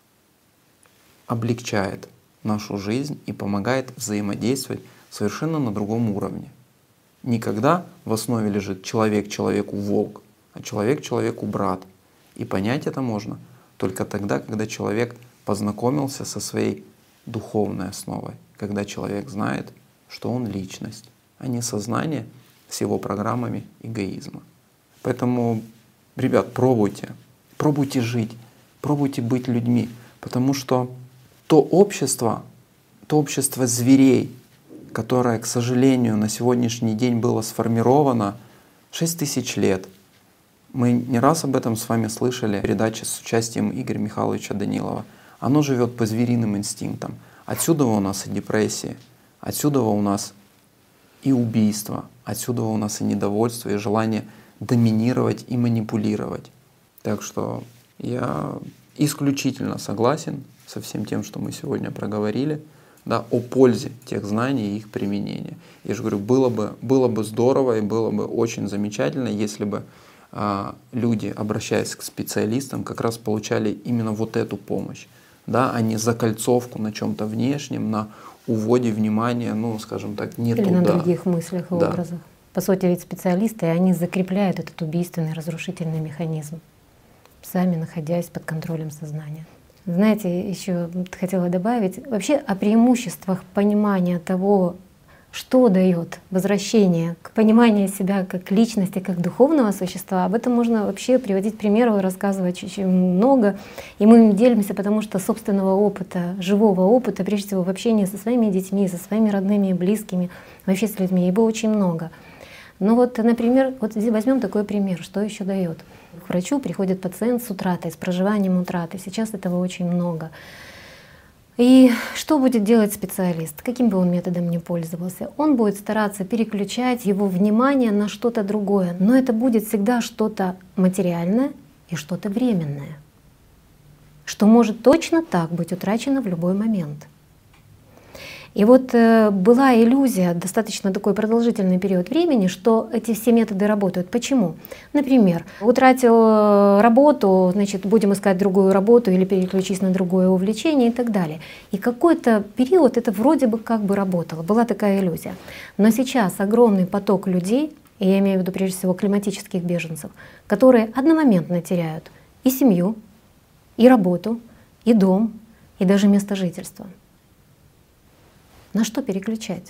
облегчает нашу жизнь и помогает взаимодействовать совершенно на другом уровне. Никогда в основе лежит человек человеку волк, а человек человеку брат. И понять это можно только тогда, когда человек познакомился со своей духовной основой, когда человек знает, что он личность, а не сознание с его программами эгоизма. Поэтому, ребят, пробуйте жить, пробуйте быть людьми, потому что то общество зверей, которое, к сожалению, на сегодняшний день было сформировано 6000 лет. Мы не раз об этом с вами слышали в передаче с участием Игоря Михайловича Данилова. Оно живет по звериным инстинктам. Отсюда у нас и депрессия, отсюда у нас и убийство, отсюда у нас и недовольство, и желание доминировать и манипулировать. Так что я исключительно согласен со всем тем, что мы сегодня проговорили, да, о пользе тех знаний и их применения. Я же говорю, было бы здорово и было бы очень замечательно, если бы люди, обращаясь к специалистам, как раз получали именно вот эту помощь, да, а не закольцовку на чем-то внешнем, на уводе внимания, ну, скажем так, не или туда. На других мыслях и образах. По сути, ведь специалисты, они закрепляют этот убийственный, разрушительный механизм, сами находясь под контролем сознания. Знаете, еще хотела добавить вообще о преимуществах понимания того, что дает возвращение к пониманию себя как личности, как духовного существа. Об этом можно вообще приводить примеры, рассказывать очень много. И мы им делимся, потому что собственного опыта, живого опыта, прежде всего в общении со своими детьми, со своими родными и близкими, вообще с людьми, его очень много. Ну вот, например, вот здесь возьмем такой пример, что еще дает. К врачу приходит пациент с утратой, с проживанием утраты. Сейчас этого очень много. И что будет делать специалист? Каким бы он методом ни пользовался? Он будет стараться переключать его внимание на что-то другое. Но это будет всегда что-то материальное и что-то временное, что может точно так быть утрачено в любой момент. И вот была иллюзия достаточно такой продолжительный период времени, что эти все методы работают. Почему? Например, утратил работу, значит, будем искать другую работу или переключись на другое увлечение и так далее. И какой-то период это вроде бы как бы работало, была такая иллюзия. Но сейчас огромный поток людей, и я имею в виду прежде всего климатических беженцев, которые одномоментно теряют и семью, и работу, и дом, и даже место жительства. На что переключать?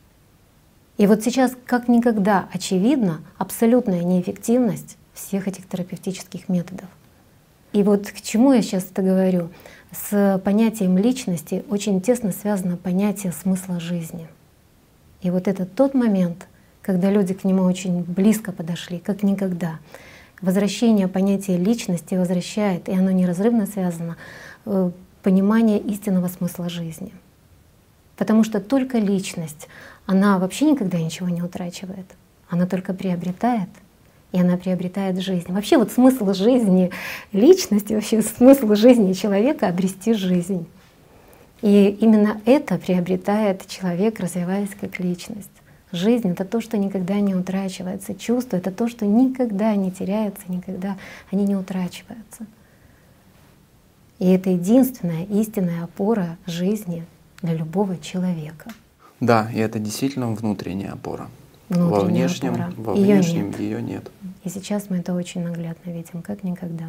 И вот сейчас как никогда очевидна абсолютная неэффективность всех этих терапевтических методов. И вот к чему я сейчас это говорю? С понятием личности очень тесно связано понятие смысла жизни. И вот это тот момент, когда люди к нему очень близко подошли, как никогда. Возвращение понятия личности возвращает, и оно неразрывно связано, понимание истинного смысла жизни. Потому что только личность, она вообще никогда ничего не утрачивает. Она только приобретает и она приобретает жизнь. Вообще вот смысл жизни личности, вообще смысл жизни человека — обрести жизнь. И именно это приобретает человек, развиваясь как личность. Жизнь — это то, что никогда не утрачивается. Чувство — это то, что никогда не теряется, никогда они не утрачиваются. И это единственная истинная опора жизни для любого человека. Да, и это действительно внутренняя опора. Внутренняя во внешнем, опора. во Её внешнем нет. ее нет. И сейчас мы это очень наглядно видим, как никогда.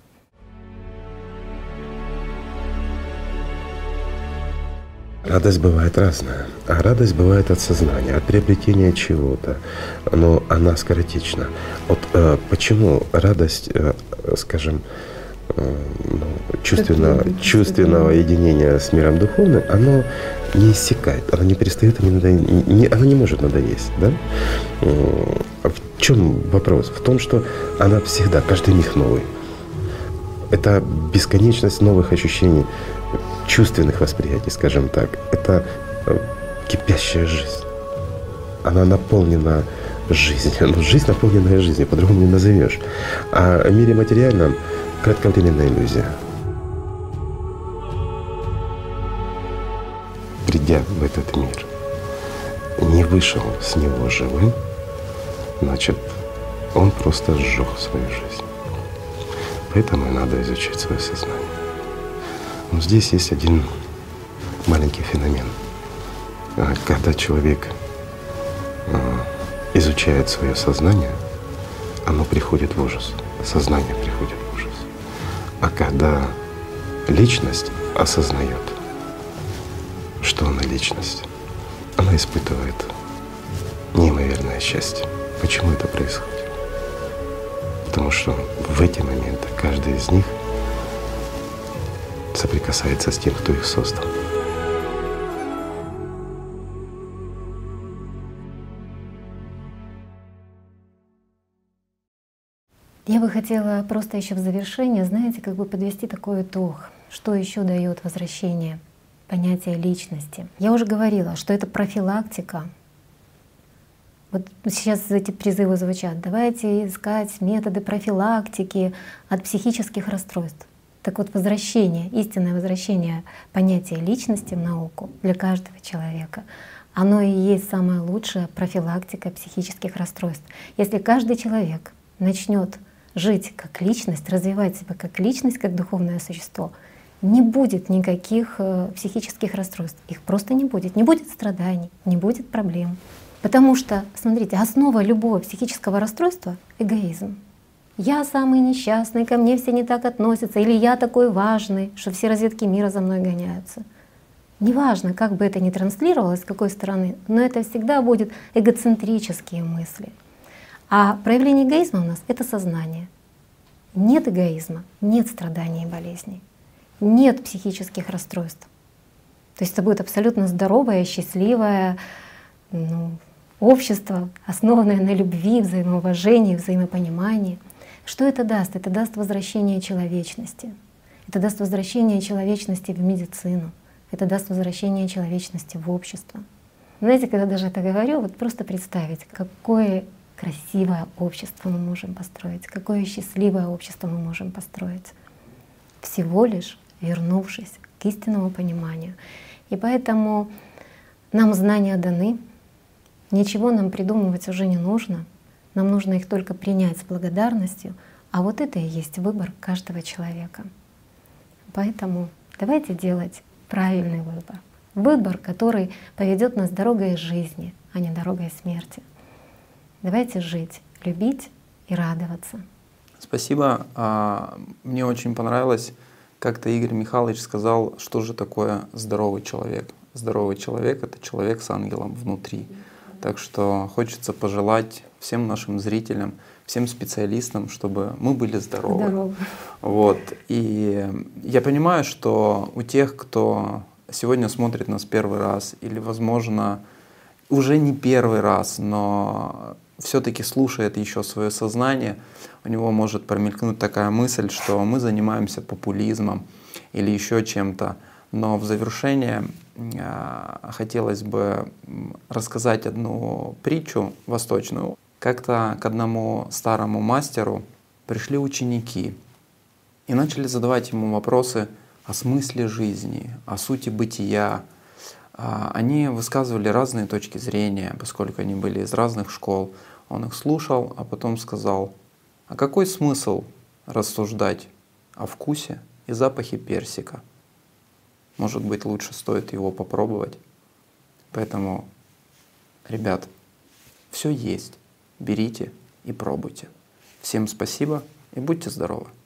Радость бывает разная. А радость бывает от сознания, от приобретения чего-то. Но она скоротечна. Вот почему радость, скажем, чувственного единения с миром духовным, оно не иссякает, оно не перестает, оно не может надоесть. Да? В чем вопрос? В том, что она всегда, каждый миг новый. Это бесконечность новых ощущений, чувственных восприятий, скажем так. Это кипящая жизнь. Она наполнена жизнью. Но жизнь, наполненная жизнью, по-другому не назовешь. А в мире материальном кратковременная иллюзия. Придя в этот мир, не вышел с него живым, значит, он просто сжег свою жизнь. Поэтому и надо изучать свое сознание. Но здесь есть один маленький феномен. Когда человек изучает свое сознание, оно приходит в ужас. Сознание приходит в ужас. А когда личность осознает, что она личность, она испытывает неимоверное счастье. Почему это происходит? Потому что в эти моменты каждый из них соприкасается с тем, кто их создал. Я бы хотела просто еще в завершение, знаете, как бы подвести такой итог. Что еще дает возвращение понятия личности? Я уже говорила, что это профилактика. Вот сейчас эти призывы звучат. Давайте искать методы профилактики от психических расстройств. Так вот, возвращение, истинное возвращение понятия личности в науку для каждого человека, оно и есть самая лучшая профилактика психических расстройств. Если каждый человек начнет жить как личность, развивать себя как личность, как духовное существо, не будет никаких психических расстройств. Их просто не будет. Не будет страданий, не будет проблем. Потому что, смотрите, основа любого психического расстройства — эгоизм. Я самый несчастный, ко мне все не так относятся, или я такой важный, что все разведки мира за мной гоняются. Неважно, как бы это ни транслировалось, с какой стороны, но это всегда будет эгоцентрические мысли. А проявление эгоизма у нас — это сознание. Нет эгоизма, нет страданий и болезней, нет психических расстройств. То есть это будет абсолютно здоровое, счастливое общество, основанное на любви, взаимоуважении, взаимопонимании. Что это даст? Это даст возвращение человечности. Это даст возвращение человечности в медицину. Это даст возвращение человечности в общество. Знаете, когда даже это говорю, вот просто представить, какое красивое общество мы можем построить, какое счастливое общество мы можем построить, всего лишь вернувшись к истинному пониманию. И поэтому нам знания даны, ничего нам придумывать уже не нужно, нам нужно их только принять с благодарностью, а вот это и есть выбор каждого человека. Поэтому давайте делать правильный выбор. Выбор, который поведет нас дорогой жизни, а не дорогой смерти. Давайте жить, любить и радоваться. Спасибо. Мне очень понравилось, как-то Игорь Михайлович сказал, что же такое здоровый человек. Здоровый человек — это человек с ангелом внутри. Так что хочется пожелать всем нашим зрителям, всем специалистам, чтобы мы были здоровы. Вот. И я понимаю, что у тех, кто сегодня смотрит нас первый раз, или, возможно, уже не первый раз, но все-таки слушает еще свое сознание, у него может промелькнуть такая мысль, что мы занимаемся популизмом или еще чем-то. Но в завершение хотелось бы рассказать одну притчу восточную, Как-то к одному старому мастеру пришли ученики и начали задавать ему вопросы о смысле жизни, о сути бытия. Они высказывали разные точки зрения, поскольку они были из разных школ. Он их слушал, а потом сказал: а какой смысл рассуждать о вкусе и запахе персика? Может быть, лучше стоит его попробовать. Поэтому, ребят, все есть. Берите и пробуйте. Всем спасибо и будьте здоровы!